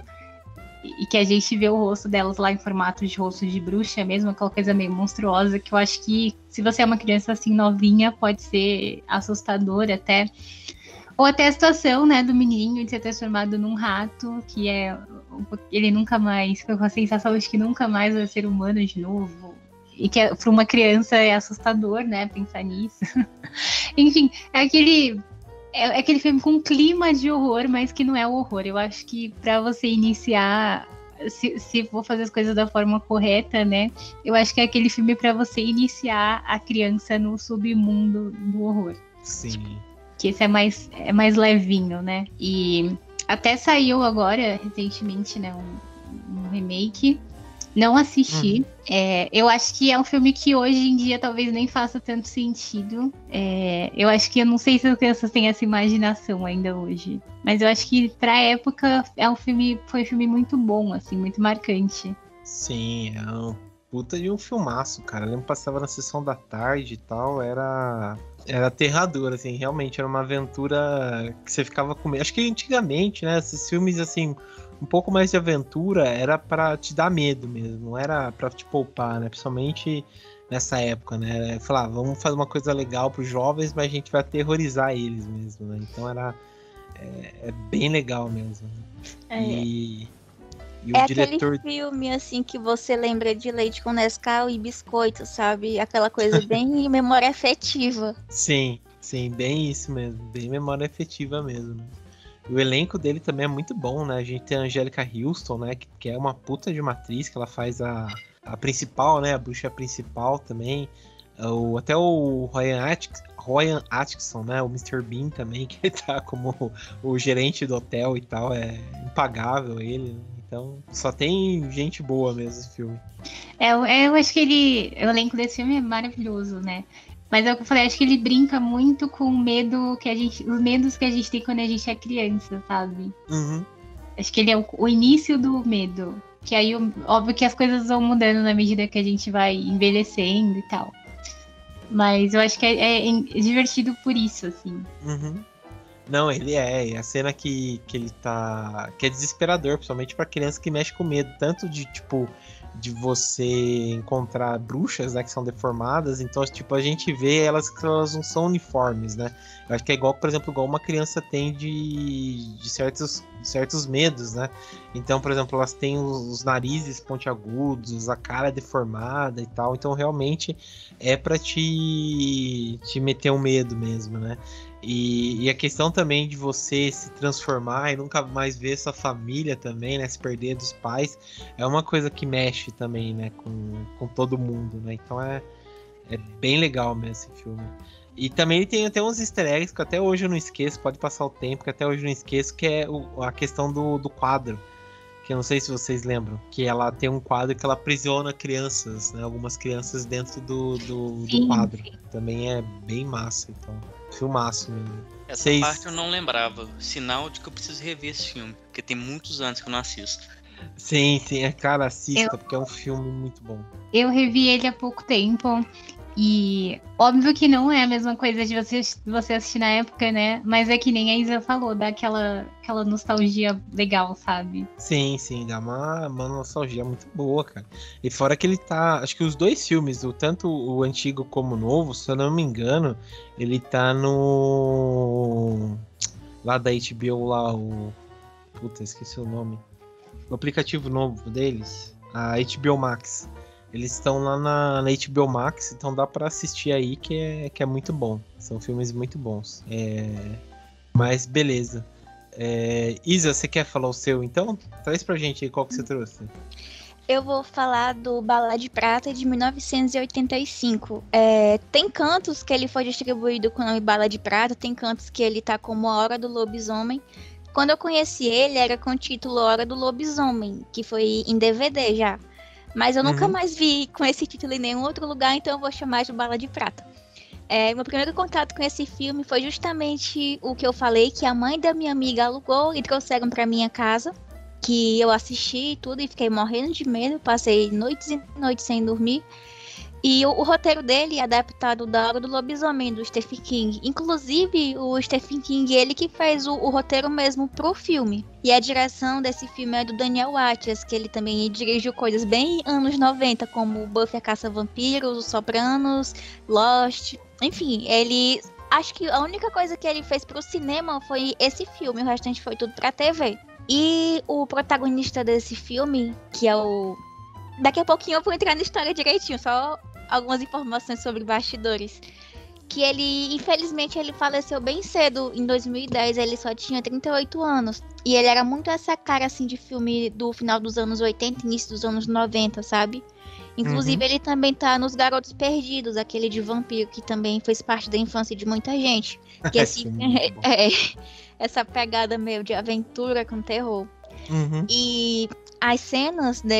e que a gente vê o rosto delas lá em formato de rosto de bruxa mesmo, aquela coisa meio monstruosa, que eu acho que se você é uma criança assim novinha, pode ser assustador até. Ou até a situação, né, do menininho de ser transformado num rato, que é... Ele nunca mais... Fica com a sensação de que nunca mais vai ser humano de novo. E que para uma criança é assustador, né, pensar nisso. Enfim, é aquele... É aquele filme com clima de horror, mas que não é o horror. Eu acho que pra você iniciar, se, se for fazer as coisas da forma correta, né? Eu acho que é aquele filme pra você iniciar a criança no submundo do horror. Sim. Que esse é mais, é mais levinho, né? E até saiu agora, recentemente, né? Um, um remake. Não assisti. Uhum. É, eu acho que é um filme que hoje em dia talvez nem faça tanto sentido. É, eu acho que eu não sei se as crianças têm essa imaginação ainda hoje. Mas eu acho que pra época é um filme, foi um filme muito bom, assim, muito marcante. Sim, é um puta de um filmaço, cara. Eu lembro que passava na sessão da tarde e tal, era. Era aterrador, assim, realmente, era uma aventura que você ficava com medo. Acho que antigamente, né, esses filmes, assim, um pouco mais de aventura, era pra te dar medo mesmo, não era pra te poupar, né, principalmente nessa época, né, falar, vamos fazer uma coisa legal pros jovens, mas a gente vai aterrorizar eles mesmo, né, então era, é, é bem legal mesmo. É. E, e o É diretor... aquele filme, assim, que você lembra de leite com Nescau e biscoito, sabe? Aquela coisa bem memória afetiva. Sim, sim, bem isso mesmo, bem memória afetiva mesmo. O elenco dele também é muito bom, né? A gente tem a Angélica Houston, né? Que, que é uma puta de uma atriz, que ela faz a, a principal, né? A bruxa principal também. O, até o Ryan, Atk, Ryan Atkinson, né? O mister Bean também, que tá como o, o gerente do hotel e tal. É impagável ele, né? Então, só tem gente boa mesmo esse filme. É, eu, eu acho que ele. O elenco desse filme é maravilhoso, né? Mas é o que eu falei, acho que ele brinca muito com o medo que a gente. Os medos que a gente tem quando a gente é criança, sabe? Uhum. Acho que ele é o, o início do medo. Que aí, óbvio que as coisas vão mudando na medida que a gente vai envelhecendo e tal. Mas eu acho que é, é, é divertido por isso, assim. Uhum. Não, ele é. E a cena que, que ele tá. Que é desesperador, principalmente pra criança que mexe com medo. Tanto de, tipo, de você encontrar bruxas, né, que são deformadas. Então, tipo, a gente vê elas que elas não são uniformes, né? Eu acho que é igual, por exemplo, igual uma criança tem de, de certos, certos medos, né? Então, por exemplo, elas têm os, os narizes pontiagudos, a cara deformada e tal. Então, realmente é pra te, te meter um medo mesmo, né? E, e a questão também de você se transformar e nunca mais ver sua família também, né? Se perder dos pais, é uma coisa que mexe também, né? Com, com todo mundo, né? Então é, é bem legal mesmo esse filme. E também ele tem até uns easter eggs que até hoje eu não esqueço, pode passar o tempo, que até hoje eu não esqueço, que é o, a questão do, do quadro. Que eu não sei se vocês lembram, que ela tem um quadro que ela aprisiona crianças, né? Algumas crianças dentro do, do, do quadro. Também é bem massa, então. Filmaço mesmo. Essa Vocês... parte eu não lembrava. Sinal de que eu preciso rever esse filme, porque tem muitos anos que eu não assisto. Sim, sim, é, cara, assista, Eu... porque é um filme muito bom. Eu revi ele há pouco tempo. E óbvio que não é a mesma coisa de você, você assistir na época, né? Mas é que nem a Isa falou, dá aquela, aquela nostalgia legal, sabe? Sim, sim, dá uma, uma nostalgia muito boa, cara. E fora que ele tá. Acho que os dois filmes, o, tanto o antigo como o novo, se eu não me engano, ele tá no. Lá da H B O, lá, o. Puta, esqueci o nome. O aplicativo novo deles, a H B O Max. Eles estão lá na, na H B O Max, então dá pra assistir aí, que é, que é muito bom. São filmes muito bons. É... Mas beleza. É... Isa, você quer falar o seu então? Traz pra gente aí qual que você trouxe. Eu vou falar do Bala de Prata de mil novecentos e oitenta e cinco. É, tem cantos que ele foi distribuído com o nome Bala de Prata, tem cantos que ele tá como A Hora do Lobisomem. Quando eu conheci ele, era com o título Hora do Lobisomem, que foi em D V D já. Mas eu Uhum. nunca mais vi com esse título em nenhum outro lugar, então eu vou chamar de Bala de Prata. É, meu primeiro contato com esse filme foi justamente o que eu falei, que a mãe da minha amiga alugou e trouxeram pra minha casa, que eu assisti e tudo e fiquei morrendo de medo, passei noites e noites sem dormir. E o, o roteiro dele é adaptado da Hora do Lobisomem, do Stephen King. Inclusive, o Stephen King, ele que fez o, o roteiro mesmo pro filme. E a direção desse filme é do Daniel Waters, que ele também dirigiu coisas bem anos noventa, como Buffy a Caça-Vampiros, Os Sopranos, Lost. Enfim, ele... Acho que a única coisa que ele fez pro cinema foi esse filme, o restante foi tudo pra T V. E o protagonista desse filme, que é o... Daqui a pouquinho eu vou entrar na história direitinho, só algumas informações sobre bastidores. Que ele, infelizmente, ele faleceu bem cedo, em dois mil e dez, ele só tinha trinta e oito anos. E ele era muito essa cara, assim, de filme do final dos anos oitenta, início dos anos noventa, sabe? Inclusive, uhum. Ele também tá nos Garotos Perdidos, aquele de vampiro, que também fez parte da infância de muita gente. Que assim, é, é, essa pegada meio de aventura com terror. Uhum. E as cenas, né,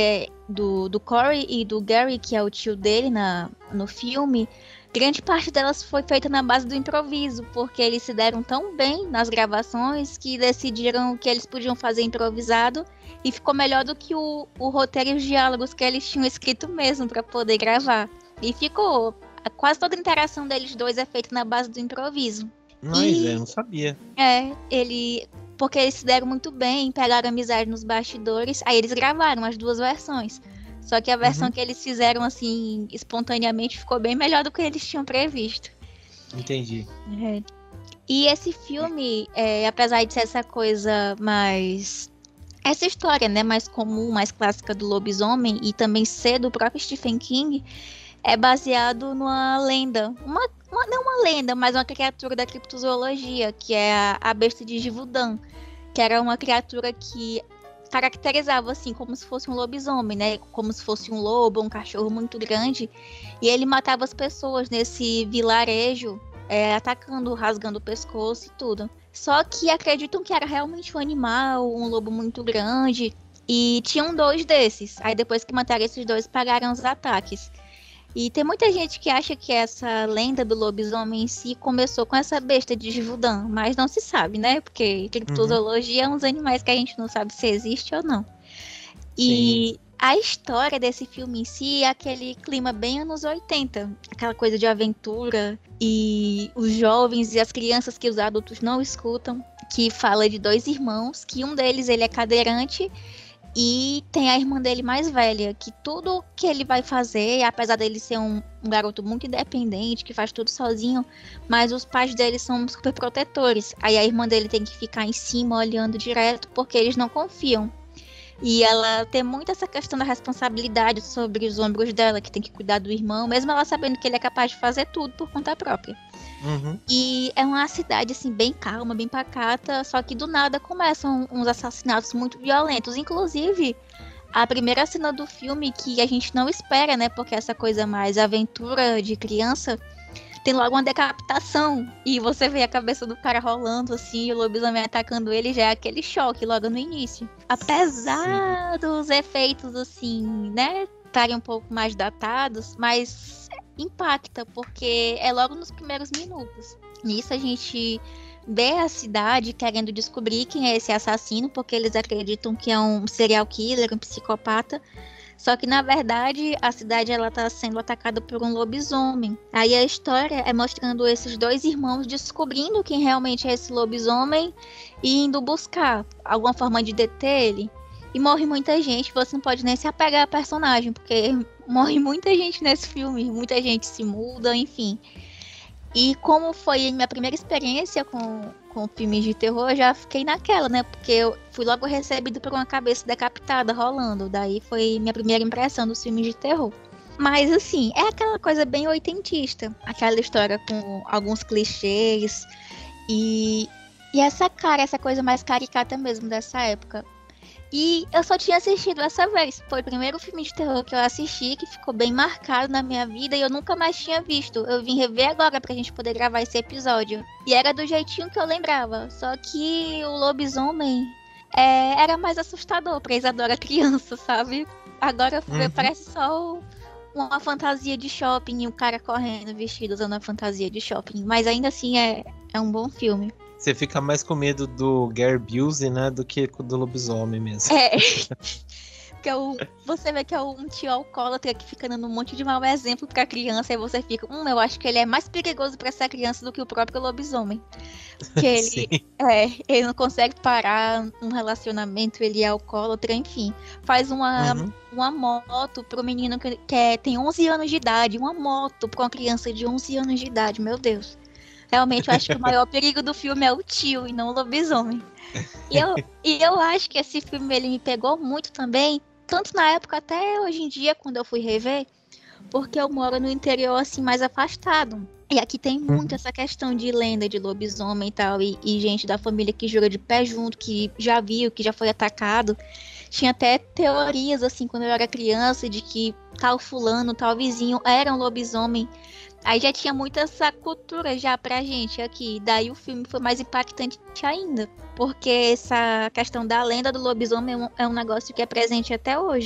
do, do Corey e do Gary, que é o tio dele na, no filme, grande parte delas foi feita na base do improviso, porque eles se deram tão bem nas gravações que decidiram que eles podiam fazer improvisado e ficou melhor do que o, o roteiro e os diálogos que eles tinham escrito mesmo para poder gravar. E ficou. Quase toda a interação deles dois é feita na base do improviso. Mas e, eu não sabia. É, ele. Porque eles se deram muito bem, pegaram amizade nos bastidores, aí eles gravaram as duas versões. Só que a versão uhum. que eles fizeram, assim, espontaneamente, ficou bem melhor do que eles tinham previsto. Entendi. É. E esse filme, é, apesar de ser essa coisa mais... Essa história, né, mais comum, mais clássica do lobisomem, e também ser do próprio Stephen King, é baseado numa lenda. Uma, uma, não uma lenda, mas uma criatura da criptozoologia, que é a, a besta de Givaudan, que era uma criatura que... caracterizava assim como se fosse um lobisomem, né? Como se fosse um lobo, um cachorro muito grande. E ele matava as pessoas nesse vilarejo, é, atacando, rasgando o pescoço e tudo. Só que acreditam que era realmente um animal, um lobo muito grande. E tinham dois desses. Aí depois que mataram esses dois, pagaram os ataques. E tem muita gente que acha que essa lenda do lobisomem em si começou com essa besta de Givaudan, mas não se sabe, né? Porque criptozoologia uhum. é uns animais que a gente não sabe se existe ou não. E Sim. a história desse filme em si é aquele clima bem anos oitenta, aquela coisa de aventura e os jovens e as crianças que os adultos não escutam, que fala de dois irmãos, que um deles ele é cadeirante. E tem a irmã dele mais velha, que tudo que ele vai fazer, apesar dele ser um, um garoto muito independente, que faz tudo sozinho, mas os pais dele são super protetores. Aí a irmã dele tem que ficar em cima, olhando direto, porque eles não confiam. E ela tem muito essa questão da responsabilidade sobre os ombros dela, que tem que cuidar do irmão, mesmo ela sabendo que ele é capaz de fazer tudo por conta própria. Uhum. E é uma cidade, assim, bem calma, bem pacata, só que do nada começam uns assassinatos muito violentos. Inclusive, a primeira cena do filme, que a gente não espera, né, porque essa coisa mais aventura de criança, tem logo uma decapitação, e você vê a cabeça do cara rolando, assim, e o lobisomem atacando ele, já é aquele choque logo no início. Apesar Sim. dos efeitos, assim, né, estarem um pouco mais datados, mas impacta, porque é logo nos primeiros minutos. Nisso a gente vê a cidade querendo descobrir quem é esse assassino, porque eles acreditam que é um serial killer, um psicopata. Só que, na verdade, a cidade ela tá sendo atacada por um lobisomem. Aí a história é mostrando esses dois irmãos descobrindo quem realmente é esse lobisomem e indo buscar alguma forma de deter ele. E morre muita gente, você não pode nem se apegar a personagem, porque morre muita gente nesse filme, muita gente se muda, enfim. E como foi a minha primeira experiência com, com filmes de terror, eu já fiquei naquela, né? Porque eu fui logo recebido por uma cabeça decapitada rolando. Daí foi minha primeira impressão dos filmes de terror. Mas assim, é aquela coisa bem oitentista. Aquela história com alguns clichês. E, e essa cara, essa coisa mais caricata mesmo dessa época. E eu só tinha assistido essa vez. Foi o primeiro filme de terror que eu assisti, que ficou bem marcado na minha vida e eu nunca mais tinha visto. Eu vim rever agora pra gente poder gravar esse episódio. E era do jeitinho que eu lembrava. Só que o lobisomem é, era mais assustador pra Isadora criança, sabe? Agora uhum. parece só uma fantasia de shopping e um cara correndo vestido usando a fantasia de shopping. Mas ainda assim é, é um bom filme. Você fica mais com medo do Gary Busey, né, do que do lobisomem mesmo. É, porque é o, você vê que é um tio alcoólatra que fica dando um monte de mau exemplo pra criança, e você fica, hum, eu acho que ele é mais perigoso pra essa criança do que o próprio lobisomem. Que ele, é, ele não consegue parar um relacionamento, ele é alcoólatra, enfim. Faz uma, uhum. uma moto pro menino que, que é, tem onze anos de idade, uma moto pra uma criança de onze anos de idade, meu Deus. Realmente, eu acho que o maior perigo do filme é o tio e não o lobisomem. E eu, e eu acho que esse filme ele me pegou muito também, tanto na época até hoje em dia, quando eu fui rever, porque eu moro no interior, assim, mais afastado. E aqui tem muito essa questão de lenda de lobisomem e tal, e, e gente da família que jura de pé junto, que já viu, que já foi atacado. Tinha até teorias, assim, quando eu era criança, de que tal fulano, tal vizinho era um lobisomem. Aí já tinha muita essa cultura já pra gente aqui. Daí o filme foi mais impactante ainda. Porque essa questão da lenda do lobisomem é um, é um negócio que é presente até hoje.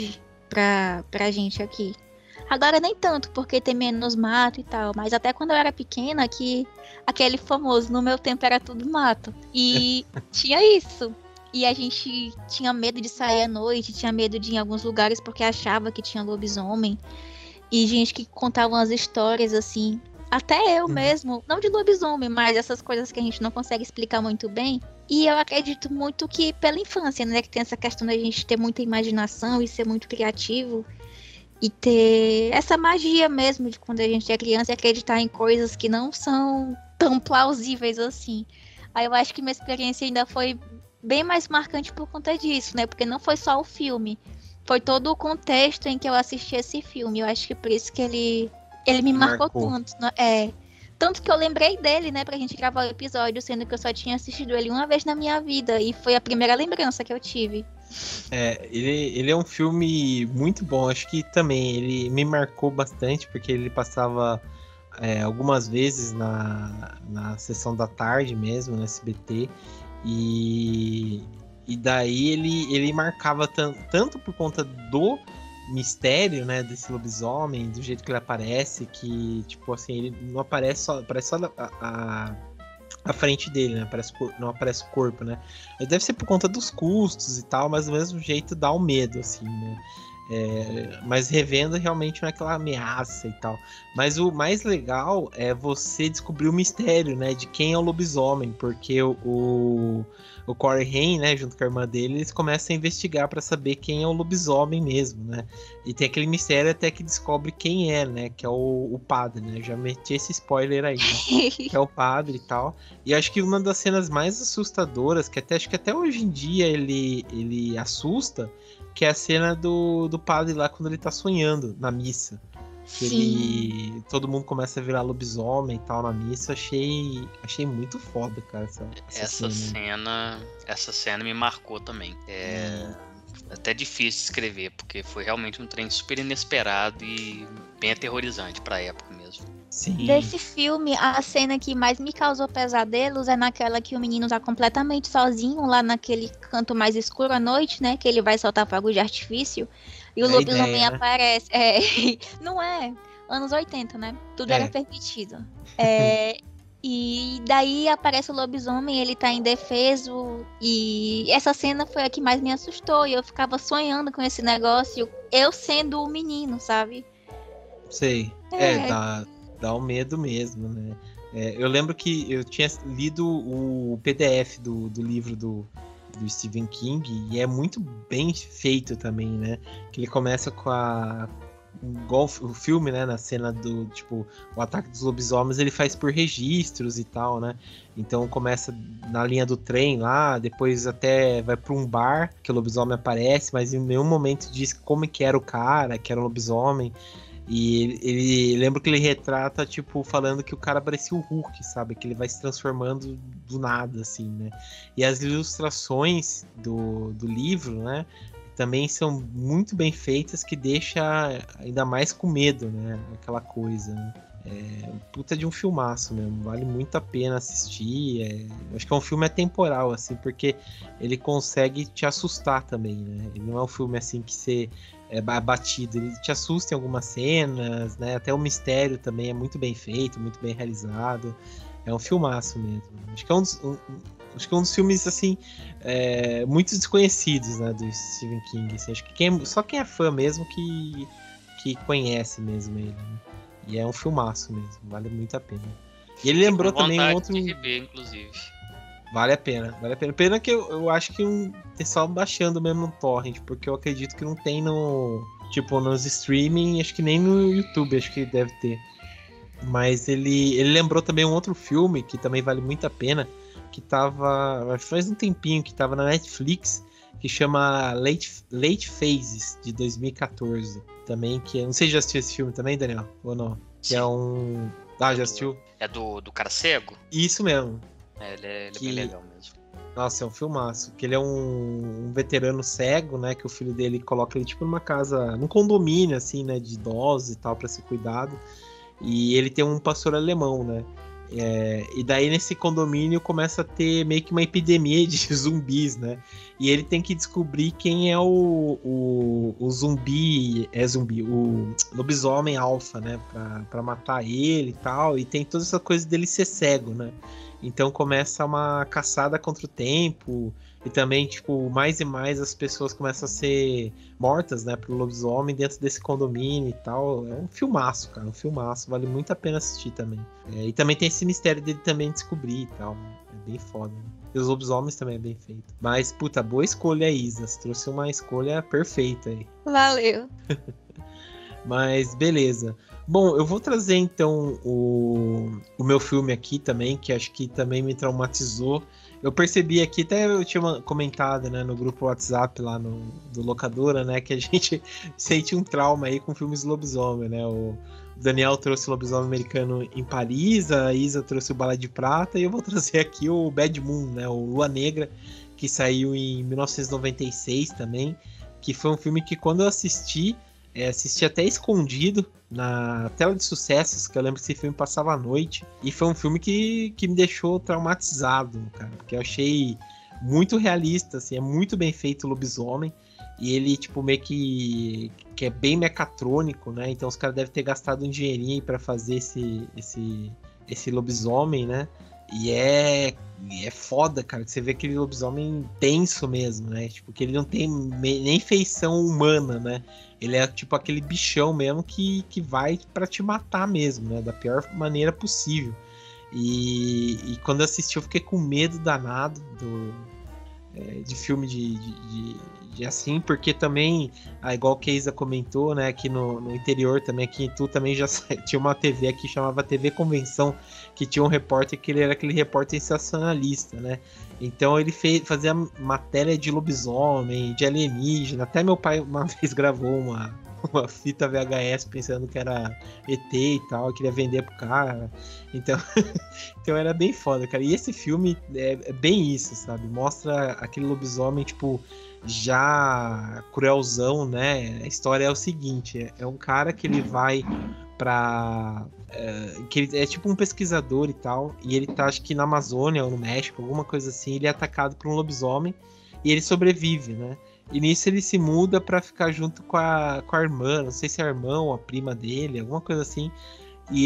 pra, pra gente aqui. Agora nem tanto, porque tem menos mato e tal. Mas até quando eu era pequena, que aquele famoso, no meu tempo era tudo mato. E tinha isso. E a gente tinha medo de sair à noite, tinha medo de ir em alguns lugares porque achava que tinha lobisomem. E gente que contava umas histórias assim. Até eu mesmo, não de lobisomem, mas essas coisas que a gente não consegue explicar muito bem. E eu acredito muito que pela infância, né? Que tem essa questão da gente ter muita imaginação e ser muito criativo. E ter essa magia mesmo de quando a gente é criança e acreditar em coisas que não são tão plausíveis assim. Aí eu acho que minha experiência ainda foi bem mais marcante por conta disso, né? Porque não foi só o filme. Foi todo o contexto em que eu assisti esse filme. Eu acho que por isso que ele, ele me marcou, marcou tanto. Né? É. Tanto que eu lembrei dele, né, pra gente gravar o episódio, sendo que eu só tinha assistido ele uma vez na minha vida. E foi a primeira lembrança que eu tive. É, ele, ele é um filme muito bom. Acho que também ele me marcou bastante, porque ele passava é, algumas vezes na, na sessão da tarde mesmo, no S B T. E, e daí ele, ele marcava t- tanto por conta do mistério, né, desse lobisomem, do jeito que ele aparece, que, tipo assim, ele não aparece só, aparece só a, a, a frente dele, né, aparece, não aparece o corpo, né. Deve ser por conta dos custos e tal, mas do mesmo jeito dá o medo, assim, né. É, mas revendo realmente não é aquela ameaça e tal. Mas o mais legal é você descobrir o mistério, né, de quem é o lobisomem, porque o, o, o Corey Haim, né, junto com a irmã dele, eles começam a investigar para saber quem é o lobisomem mesmo, né. E tem aquele mistério até que descobre quem é, né, que é o, o padre, né. Eu já meti esse spoiler aí, né, que é o padre e tal. E acho que uma das cenas mais assustadoras, que até acho que até hoje em dia ele, ele assusta, que é a cena do, do padre lá quando ele tá sonhando na missa. Que ele, todo mundo começa a virar lobisomem e tal na missa. Achei, achei muito foda, cara. Essa, essa, essa cena. cena. Essa cena me marcou também. É, é até difícil de escrever, porque foi realmente um trem super inesperado e bem aterrorizante pra época mesmo. Sim. Desse filme, a cena que mais me causou pesadelos é naquela que o menino tá completamente sozinho lá naquele canto mais escuro à noite, né? Que ele vai soltar fogo de artifício e o É lobisomem ideia, né? aparece. É, não é? Anos oitenta, né? Tudo É. era permitido. É, e daí aparece o lobisomem, ele tá indefeso. E essa cena foi a que mais me assustou. E eu ficava sonhando com esse negócio, eu sendo o menino, sabe? Sei. É, É. dá, dá um medo mesmo, né? É, eu lembro que eu tinha lido o P D F do, do livro do, do Stephen King e é muito bem feito também, né? Que ele começa com a... igual o filme, né? Na cena do, tipo, o ataque dos lobisomens, ele faz por registros e tal, né? Então começa na linha do trem lá, depois até vai pra um bar, que o lobisomem aparece, mas em nenhum momento diz como que era o cara, que era um lobisomem. E ele, ele lembra que ele retrata, tipo, falando que o cara parecia o Hulk, sabe? Que ele vai se transformando do nada, assim, né? E as ilustrações do, do livro, né? Também são muito bem feitas, que deixa ainda mais com medo, né? Aquela coisa, né? É puta de um filmaço mesmo, vale muito a pena assistir. É, acho que é um filme atemporal, assim, porque ele consegue te assustar também, né? Ele não é um filme assim que você é batido, ele te assusta em algumas cenas, né? Até o mistério também é muito bem feito, muito bem realizado. É um filmaço mesmo. Acho que é um dos, um, acho que é um dos filmes assim é, muito desconhecidos, né, do Stephen King. Assim, acho que quem, só quem é fã mesmo que, que conhece mesmo ele. Né? E é um filmaço mesmo, vale muito a pena. E ele lembrou também um outro. De rever, inclusive. Vale a pena, vale a pena. Pena que eu, eu acho que um, tem só baixando mesmo no torrent, porque eu acredito que não tem no. Tipo, nos streaming, acho que nem no YouTube, acho que deve ter. Mas ele, ele lembrou também um outro filme que também vale muito a pena, que tava. Faz um tempinho que tava na Netflix, que chama Late, Late Phases, de dois mil e catorze. Também, que. Não sei se já assistiu esse filme também, Daniel? Ou não? Que Sim. é um. Ah, já assistiu? É do, do cara cego? Isso mesmo. É, ele é, ele que... é bem legal mesmo. Nossa, é um filmaço. Que ele é um, um veterano cego, né? Que o filho dele coloca ele tipo numa casa, num condomínio, assim, né? De idosos e tal, pra ser cuidado. E ele tem um pastor alemão, né? É, e daí nesse condomínio começa a ter meio que uma epidemia de zumbis, né? E ele tem que descobrir quem é o, o, o zumbi, é zumbi, o lobisomem alfa, né? Pra, pra matar ele e tal. E tem toda essa coisa dele ser cego, né? Então começa uma caçada contra o tempo. E também, tipo, mais e mais as pessoas começam a ser mortas, né, pro lobisomem dentro desse condomínio e tal. É um filmaço, cara, um filmaço. Vale muito a pena assistir também. É, e também tem esse mistério dele também descobrir e tal, né? É bem foda, né? E os lobisomens também é bem feito. Mas, puta, boa escolha, Isa. Você trouxe uma escolha perfeita aí. Valeu. Mas, beleza. Bom, eu vou trazer, então, o, o meu filme aqui também, que acho que também me traumatizou. Eu percebi aqui, até eu tinha comentado, né, no grupo WhatsApp lá no, do Locadora, né, que a gente sente um trauma aí com filmes lobisomem, né? O Daniel trouxe o Lobisomem Americano em Paris, a Isa trouxe o Bala de Prata, e eu vou trazer aqui o Bad Moon, né, o Lua Negra, que saiu em mil novecentos e noventa e seis também, que foi um filme que quando eu assisti, é, assisti até escondido na tela de sucessos, que eu lembro que esse filme passava à noite, e foi um filme que, que me deixou traumatizado, cara, porque eu achei muito realista, assim, é muito bem feito o lobisomem, e ele, tipo, meio que, que é bem mecatrônico, né, então os caras devem ter gastado um dinheirinho aí pra fazer esse, esse, esse lobisomem, né, e é, é foda, cara, que você vê aquele lobisomem tenso mesmo, né, tipo, que ele não tem nem feição humana, né. Ele é tipo aquele bichão mesmo que, que vai pra te matar mesmo, né? Da pior maneira possível. E, e quando eu assisti eu fiquei com medo danado do, é, de filme de, de, de, de assim, porque também, ah, igual que a Isa comentou, né? Aqui no, no interior também, aqui em Tu também já tinha uma T V aqui que chamava T V Convenção, que tinha um repórter que ele era aquele repórter sensacionalista, né? Então ele fez, fazia matéria de lobisomem, de alienígena. Até meu pai uma vez gravou uma, uma fita V H S pensando que era E T e tal, queria vender pro cara. Então, então era bem foda, cara. E esse filme é, é bem isso, sabe? Mostra aquele lobisomem, tipo, já cruelzão, né? A história é o seguinte, é, é um cara que ele vai pra... É, que ele é tipo um pesquisador e tal, e ele tá, acho que na Amazônia ou no México, alguma coisa assim, ele é atacado por um lobisomem e ele sobrevive, né? E nisso ele se muda pra ficar junto com a, com a irmã, não sei se é a irmã ou a prima dele, alguma coisa assim, e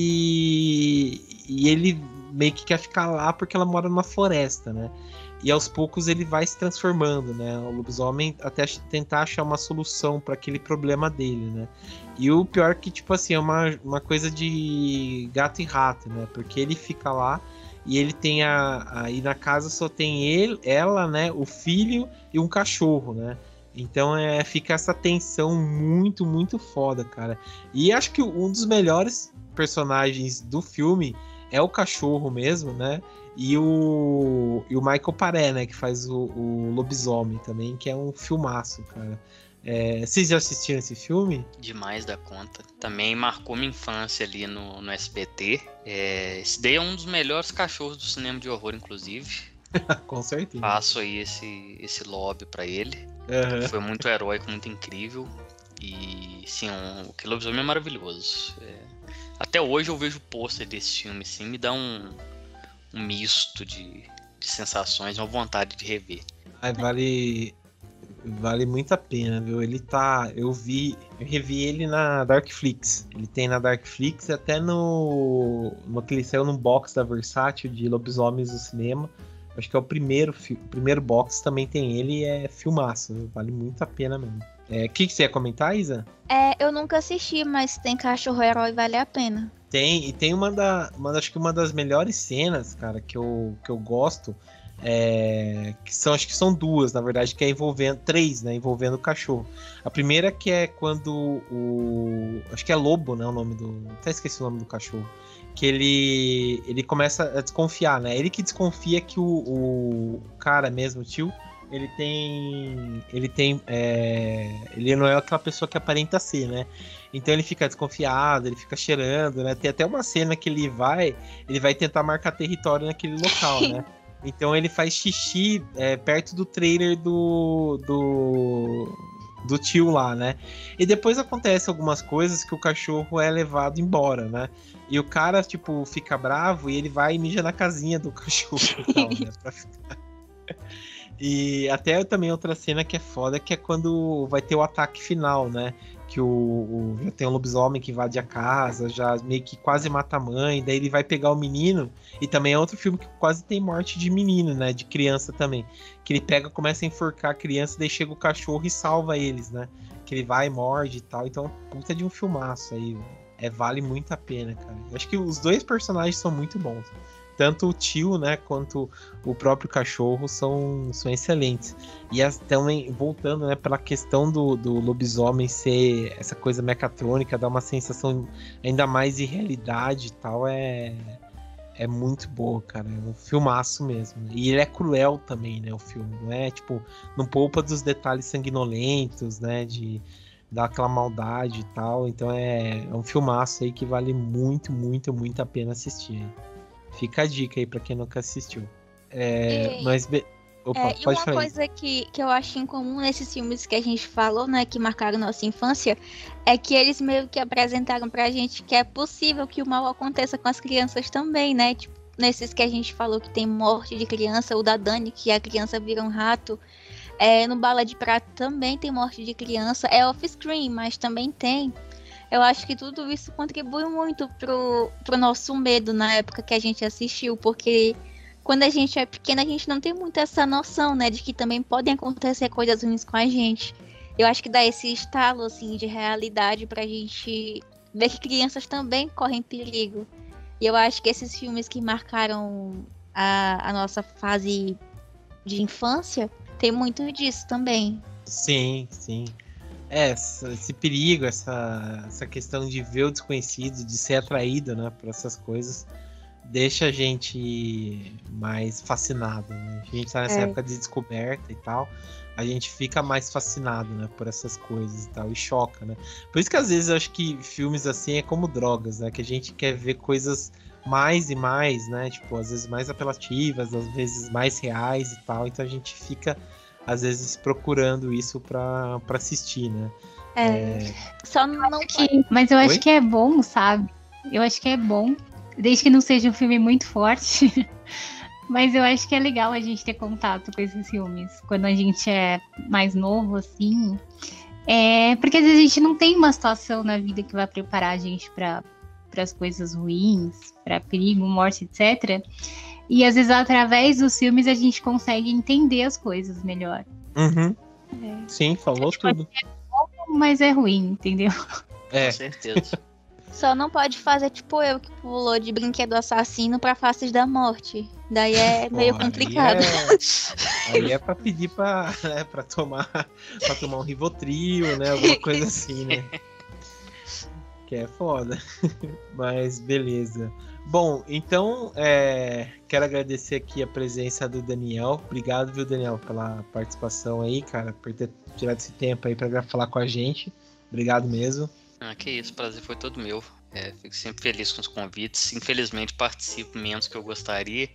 ele e ele meio que quer ficar lá porque ela mora numa floresta, né? E aos poucos ele vai se transformando, né? O lobisomem até tentar achar uma solução para aquele problema dele, né? E o pior que, tipo assim, é uma, uma coisa de gato e rato, né? Porque ele fica lá e ele tem a... Aí na casa só tem ele, ela, né? O filho e um cachorro, né? Então é, fica essa tensão muito, muito foda, cara. E acho que um dos melhores personagens do filme é o cachorro mesmo, né? E o, e o Michael Paré, né? Que faz o, o lobisomem também, que é um filmaço, cara. É, vocês já assistiram esse filme? Demais da conta. Também marcou minha infância ali no, no S B T. É, esse daí é um dos melhores cachorros do cinema de horror, inclusive. Com certeza. Faço aí esse, esse lobby pra ele. Uhum. Foi muito heróico, muito incrível. E, sim, um, o lobisomem é maravilhoso. É, até hoje eu vejo o pôster desse filme, assim, me dá um... um misto de, de sensações, uma vontade de rever. Ai, vale vale muito a pena, viu? Ele tá, eu vi, eu revi ele na Darkflix. Ele tem na Darkflix, até no no que ele saiu no box da Versátil de Lobisomens do Cinema. Acho que é o primeiro o primeiro box, também tem ele, e é filmaço, viu? Vale muito a pena mesmo. É, o que, que você ia comentar, Isa? É, eu nunca assisti, mas tem cachorro herói, vale a pena. Tem, e tem uma da. Uma, acho que uma das melhores cenas, cara, que eu, que eu gosto. É, que são, acho que são duas, na verdade, que é envolvendo. Três, né? Envolvendo o cachorro. A primeira que é quando o. Acho que é Lobo, né? O nome do. Até esqueci o nome do cachorro. Que ele. Ele começa a desconfiar, né? Ele que desconfia que o, o cara mesmo, o tio. Ele tem. Ele tem. É, ele não é aquela pessoa que aparenta ser, né? Então ele fica desconfiado, ele fica cheirando, né? Tem até uma cena que ele vai. Ele vai tentar marcar território naquele local, né? Então ele faz xixi é, perto do trailer do. do. do tio lá, né? E depois acontece algumas coisas que o cachorro é levado embora, né? E o cara, tipo, fica bravo e ele vai e mija na casinha do cachorro e tal, né? Pra ficar... E até também outra cena que é foda, que é quando vai ter o ataque final, né? Que o, o já tem um lobisomem que invade a casa, já meio que quase mata a mãe, daí ele vai pegar o menino, e também é outro filme que quase tem morte de menino, né? De criança também. Que ele pega, começa a enforcar a criança, daí chega o cachorro e salva eles, né? Que ele vai, morde e tal, então puta de um filmaço aí, é, vale muito a pena, cara. Eu acho que os dois personagens são muito bons. Tanto o tio, né, quanto o próprio cachorro são, são excelentes. E as, também, voltando, né, pela questão do, do lobisomem ser essa coisa mecatrônica, dá uma sensação ainda mais de realidade e tal, é, é muito boa, cara. É um filmaço mesmo. E ele é cruel também, né, o filme. Não é, tipo, não poupa dos detalhes sanguinolentos, né, de dar aquela maldade e tal. Então é, é um filmaço aí que vale muito, muito, muito a pena assistir. Fica a dica aí pra quem nunca assistiu. É, E, mas... Be... Opa, é, e pode uma falar coisa que, que eu acho incomum nesses filmes que a gente falou, né, que marcaram nossa infância, é que eles meio que apresentaram pra gente que é possível que o mal aconteça com as crianças também, né? Tipo, nesses que a gente falou que tem morte de criança, o da Dani, que a criança vira um rato. É, no Bala de Prata também tem morte de criança. É off-screen, mas também tem. Eu acho que tudo isso contribui muito pro, pro nosso medo na época que a gente assistiu, porque quando a gente é pequena, a gente não tem muito essa noção, né, de que também podem acontecer coisas ruins com a gente. Eu acho que dá esse estalo, assim, de realidade pra gente ver que crianças também correm perigo. E eu acho que esses filmes que marcaram a, a nossa fase de infância, tem muito disso também. Sim, sim. É, esse perigo, essa, essa questão de ver o desconhecido, de ser atraído, né, por essas coisas, deixa a gente mais fascinado, né? A gente tá nessa É. época de descoberta e tal, a gente fica mais fascinado, né, por essas coisas e tal, e choca, né? Por isso que às vezes eu acho que filmes assim é como drogas, né, que a gente quer ver coisas mais e mais, né, tipo, às vezes mais apelativas, às vezes mais reais e tal, então a gente fica às vezes procurando isso pra, pra assistir, né? É. É... Só não Que- mas eu acho Oi? que é bom, sabe? Eu acho que é bom, desde que não seja um filme muito forte. Mas eu acho que é legal a gente ter contato com esses filmes quando a gente é mais novo, assim. É, porque às vezes a gente não tem uma situação na vida que vai preparar a gente para as coisas ruins, para perigo, morte, etcétera. E às vezes através dos filmes a gente consegue entender as coisas melhor. Uhum. É. Sim, falou Tipo, tudo. Mas é ruim, entendeu? É, Com certeza. Só não pode fazer tipo eu, que pulou de brinquedo assassino pra Faces da Morte. Daí é meio Pô, complicado. Aí é, aí é pra pedir pra, né, pra, tomar, pra tomar um Rivotril, né? Alguma coisa assim, né? Que é foda. Mas beleza. Bom, então é, quero agradecer aqui a presença do Daniel. Obrigado, viu, Daniel, pela participação aí, cara, por ter tirado esse tempo aí pra falar com a gente. Obrigado mesmo. Ah, que isso, o prazer foi todo meu. É, fico sempre feliz com os convites. Infelizmente participo menos que eu gostaria,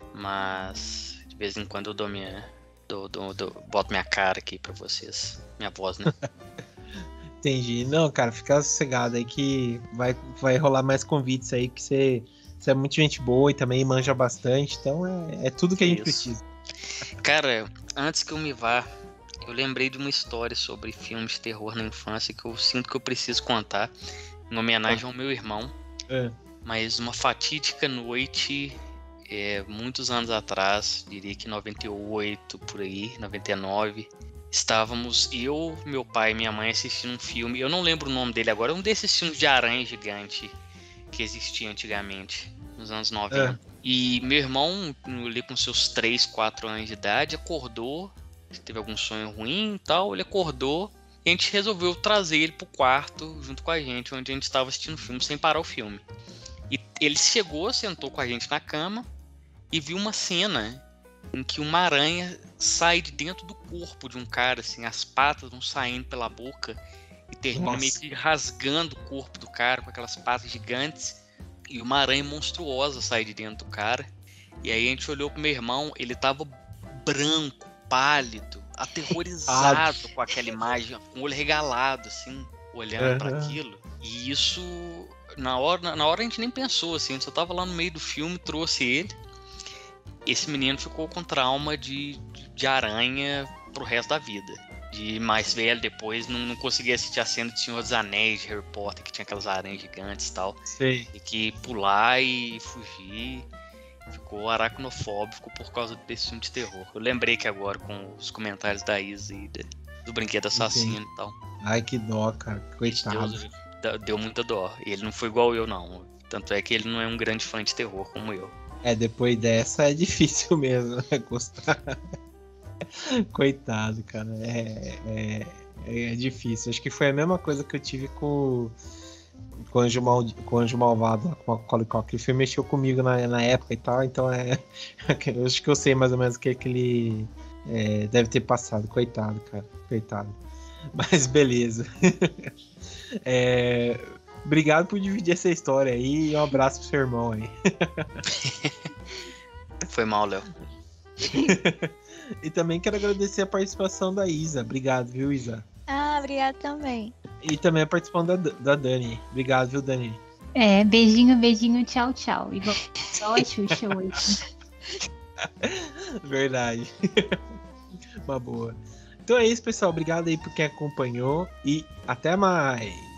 mas de vez em quando eu dou minha, dou, dou, dou, boto minha cara aqui pra vocês, minha voz, né? Entendi. Não, cara, fica sossegado aí que vai, vai rolar mais convites aí, que você, você é muito gente boa e também manja bastante, então é, é tudo que a gente Isso. precisa. Cara, antes que eu me vá, eu lembrei de uma história sobre filmes de terror na infância que eu sinto que eu preciso contar, em homenagem ao meu irmão. É. Mas uma fatídica noite, é, muitos anos atrás, diria que noventa e oito, por aí, noventa e nove, estávamos eu, meu pai e minha mãe assistindo um filme, eu não lembro o nome dele agora, um desses filmes de aranha gigante que existia antigamente, nos anos noventa. É. E meu irmão, ali com seus três, quatro anos de idade, acordou, teve algum sonho ruim e tal, ele acordou e a gente resolveu trazer ele pro quarto junto com a gente, onde a gente estava assistindo o filme sem parar o filme. E ele chegou, sentou com a gente na cama e viu uma cena em que uma aranha sai de dentro do corpo de um cara, assim, as patas vão saindo pela boca e termina Nossa. meio que rasgando o corpo do cara com aquelas patas gigantes, e uma aranha monstruosa sai de dentro do cara. E aí a gente olhou pro meu irmão, ele tava branco, pálido, aterrorizado com aquela imagem, com o olho regalado, assim, olhando Uhum. para aquilo. E isso, na hora, na hora a gente nem pensou, assim, a gente só tava lá no meio do filme, trouxe ele. Esse menino ficou com trauma de, de aranha pro resto da vida. De mais velho, depois, não, não conseguia assistir a cena de Senhor dos Anéis, de Harry Potter, que tinha aquelas aranhas gigantes e tal. Sei. E que pular e fugir. Ficou aracnofóbico por causa desse filme de terror. Eu lembrei que agora, com os comentários da Isa e da- do brinquedo assassino e tal. Ai, que dó, cara. Coitado. Deus, da- deu muita dó. E ele não foi igual eu, não. Tanto é que ele não é um grande fã de terror como eu. É, depois dessa é difícil mesmo, né? Gostar. Coitado, cara. É, é, é difícil. Acho que foi a mesma coisa que eu tive com, com, o, Anjo Mal, com o Anjo Malvado, com a Macaulay Culkin. O filme mexeu comigo na, na época e tal, então é. Eu acho que eu sei mais ou menos o que, que ele é, deve ter passado. Coitado, cara. Coitado. Mas beleza. É, obrigado por dividir essa história aí e um abraço pro seu irmão aí. Foi mal, Léo. E também quero agradecer a participação da Isa. Obrigado, viu, Isa? Ah, obrigada também. E também a participação da, da Dani. Obrigado, viu, Dani? É, beijinho, beijinho, tchau, tchau. Igual igual a Xuxa hoje. Verdade. Uma boa. Então é isso, pessoal. Obrigado aí por quem acompanhou e até mais.